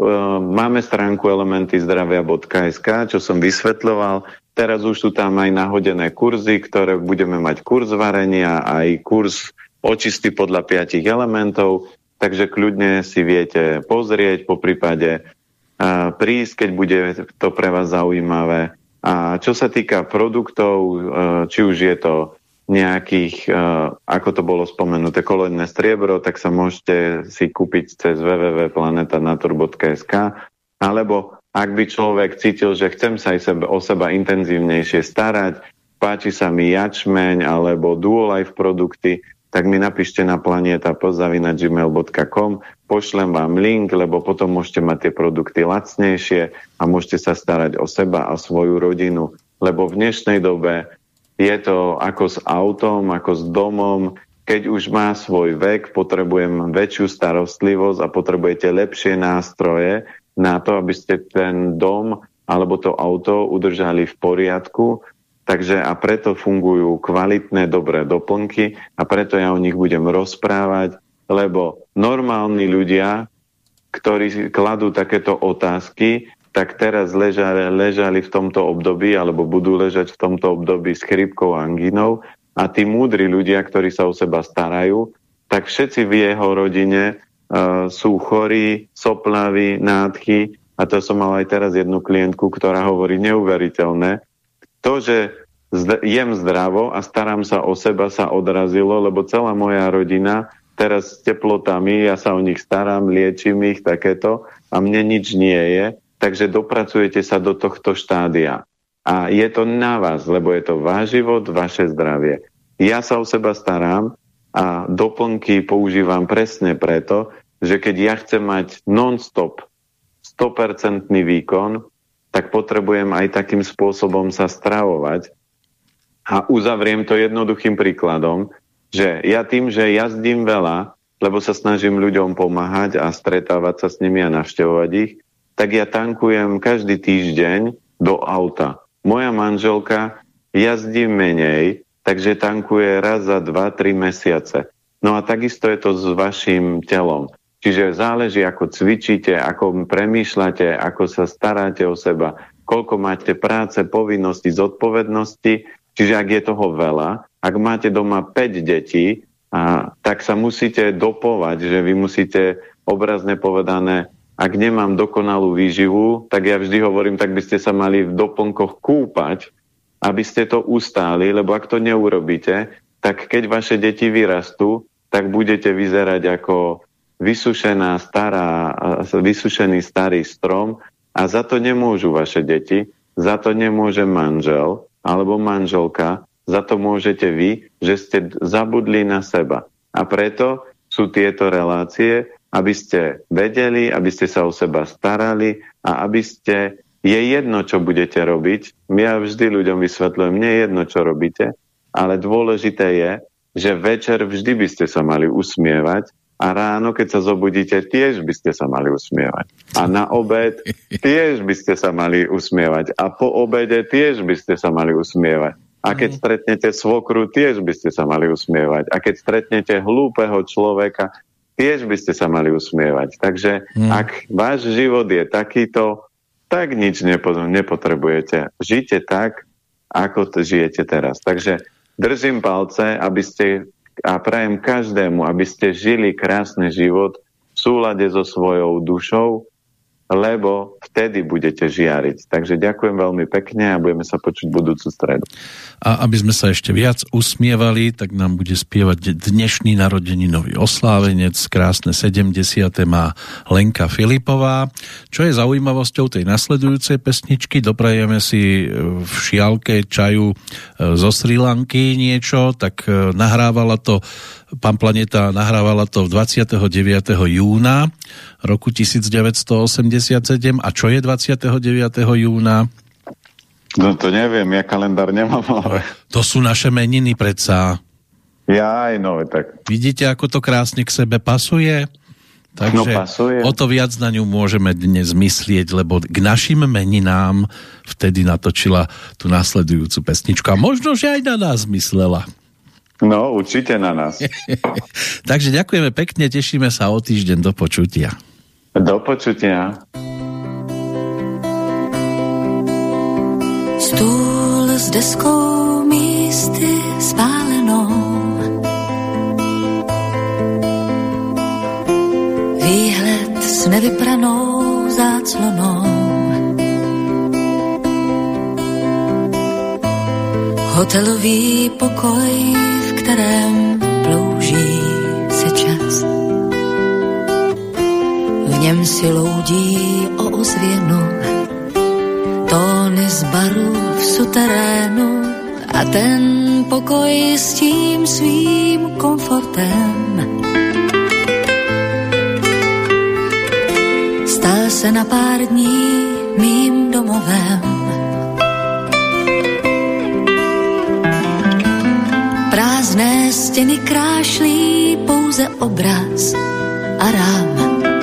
[SPEAKER 1] máme stránku elementy zdravia bodka es ká, čo som vysvetľoval. Teraz už sú tam aj nahodené kurzy, ktoré budeme mať kurz varenia, aj kurz očisty podľa piatich elementov, takže kľudne si viete pozrieť, po prípade uh, prísť, keď bude to pre vás zaujímavé. A čo sa týka produktov, uh, či už je to nejakých, uh, ako to bolo spomenuté, koloidné striebro, tak sa môžete si kúpiť cez w w w bodka planeta natur bodka es ká, alebo ak by človek cítil, že chcem sa aj sebe, o seba intenzívnejšie starať, páči sa mi jačmeň alebo Duolife produkty, tak mi napíšte na planeta zavináč gmail bodka com, pošlem vám link, lebo potom môžete mať tie produkty lacnejšie a môžete sa starať o seba a svoju rodinu. Lebo v dnešnej dobe je to ako s autom, ako s domom. Keď už má svoj vek, potrebujem väčšiu starostlivosť a potrebujete lepšie nástroje na to, aby ste ten dom alebo to auto udržali v poriadku. Takže a preto fungujú kvalitné, dobré doplnky a preto ja o nich budem rozprávať, lebo normálni ľudia, ktorí kladú takéto otázky, tak teraz ležali, ležali v tomto období alebo budú ležať v tomto období s chrípkou a angínou a tí múdri ľudia, ktorí sa o seba starajú, tak všetci v jeho rodine uh, sú chorí, soplaví, nádchy a to som mal aj teraz jednu klientku, ktorá hovorí neuveriteľné. To, že jem zdravo a starám sa o seba, sa odrazilo, lebo celá moja rodina teraz s teplotami, ja sa o nich starám, liečím ich, takéto, a mne nič nie je, takže dopracujete sa do tohto štádia. A je to na vás, lebo je to váš život, vaše zdravie. Ja sa o seba starám a doplnky používam presne preto, že keď ja chcem mať non-stop sto percent výkon, tak potrebujem aj takým spôsobom sa stravovať. A uzavriem to jednoduchým príkladom, že ja tým, že jazdím veľa, lebo sa snažím ľuďom pomáhať a stretávať sa s nimi a navštevovať ich, tak ja tankujem každý týždeň do auta. Moja manželka jazdí menej, takže tankuje raz za dva tri mesiace. No a takisto je to s vašim telom. Čiže záleží, ako cvičíte, ako premýšľate, ako sa staráte o seba, koľko máte práce, povinnosti, zodpovednosti. Čiže ak je toho veľa, ak máte doma päť detí, a, tak sa musíte dopovať, že vy musíte, obrazne povedané, ak nemám dokonalú výživu, tak ja vždy hovorím, tak by ste sa mali v doplnkoch kúpať, aby ste to ustáli, lebo ak to neurobíte,
[SPEAKER 2] tak keď vaše deti vyrastú, tak budete vyzerať ako vysušená stará, vysušený starý strom a za to nemôžu vaše deti, za to nemôže manžel alebo manželka, za to môžete vy, že ste zabudli na seba. A preto sú tieto relácie, aby ste vedeli, aby ste sa o seba starali a aby ste, je jedno, čo budete robiť. Ja vždy ľuďom vysvetľujem, nie je jedno, čo robíte, ale dôležité je, že večer vždy by ste sa mali usmievať a ráno, keď sa zobudíte, tiež by ste sa mali usmievať. A na obed tiež by ste sa mali usmievať. A po obede tiež by ste sa mali usmievať. A keď stretnete svokru, tiež by ste sa mali usmievať. A keď stretnete hlúpeho človeka, tiež by ste sa mali usmievať. Takže mm. ak váš život je takýto, tak nič nepo- nepotrebujete. Žite tak, ako to žijete teraz. Takže držím palce, aby ste, a prajem každému, aby ste žili krásny život v súlade so svojou dušou, lebo vtedy budete žiariť. Takže ďakujem veľmi pekne a budeme sa počuť budúcu stredu.
[SPEAKER 1] A aby sme sa ešte viac usmievali, tak nám bude spievať dnešný narodeninový oslávenec. Krásne sedemdesiate má Lenka Filipová. Čo je zaujímavosťou tej nasledujúcej pesničky, doprajeme si v šialke čaju zo Srí Lanky niečo, tak nahrávala to Pán Planeta, nahrávala to dvadsiateho deviateho júna roku devätnásťstoosemdesiatsedem. A čo je dvadsiateho deviateho júna?
[SPEAKER 2] No to neviem, ja kalendár nemám. Ale...
[SPEAKER 1] To sú naše meniny predsa.
[SPEAKER 2] Ja aj no, tak.
[SPEAKER 1] Vidíte, ako to krásne k sebe pasuje? Takže
[SPEAKER 2] no, pasuje.
[SPEAKER 1] O to viac na ňu môžeme dnes myslieť, lebo k našim meninám vtedy natočila tú nasledujúcu pesničku. A možno, že aj na nás myslela.
[SPEAKER 2] No, určite na nás.
[SPEAKER 1] Takže ďakujeme pekne, tešíme sa o týždeň, do počutia.
[SPEAKER 2] Do počutia.
[SPEAKER 3] Stůl s deskou místy spálenou, výhled s nevypranou záclonou, hotelový pokoj, v kterém plouží se čas. V něm si loudí o ozvěnu tóny z baru v suterénu a ten pokoj s tím svým komfortem stal se na pár dní mým domovem. Prázdné stěny krášlí pouze obraz a rám.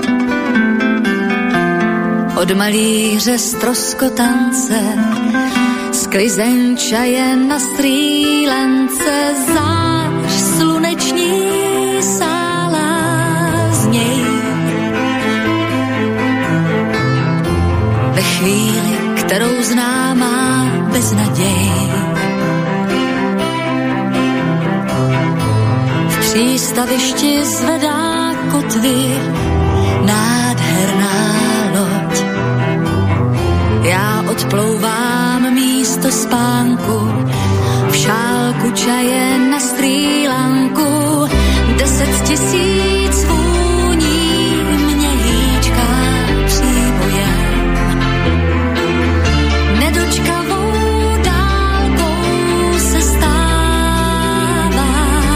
[SPEAKER 3] Od malíře stroskotance, sklizeň čaje na strýlence, zář sluneční sálá z něj. Ve chvíli, kterou zná má beznaděj, v přístavišti zvedá kotvy nádherná loď. Já odplouvám místo spánku, v šálku čaje na strýlanku, deset tisíc vůní mělíčka příbojem. Nedočkavou dálkou se stává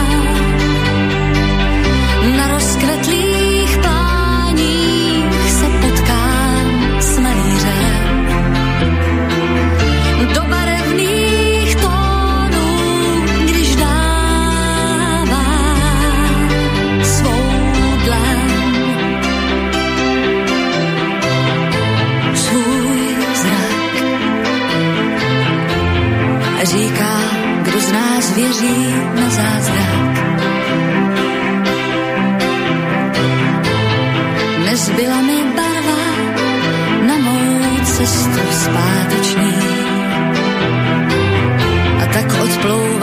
[SPEAKER 3] na rozkvetlých pláních se potkám s malířem. Do barevných tónů, když dává svou dlaň, svůj zrak a říká, kdo z nás věří na zázrak. Nezbyla mi barva na mou cestu zpáteční a tak odplou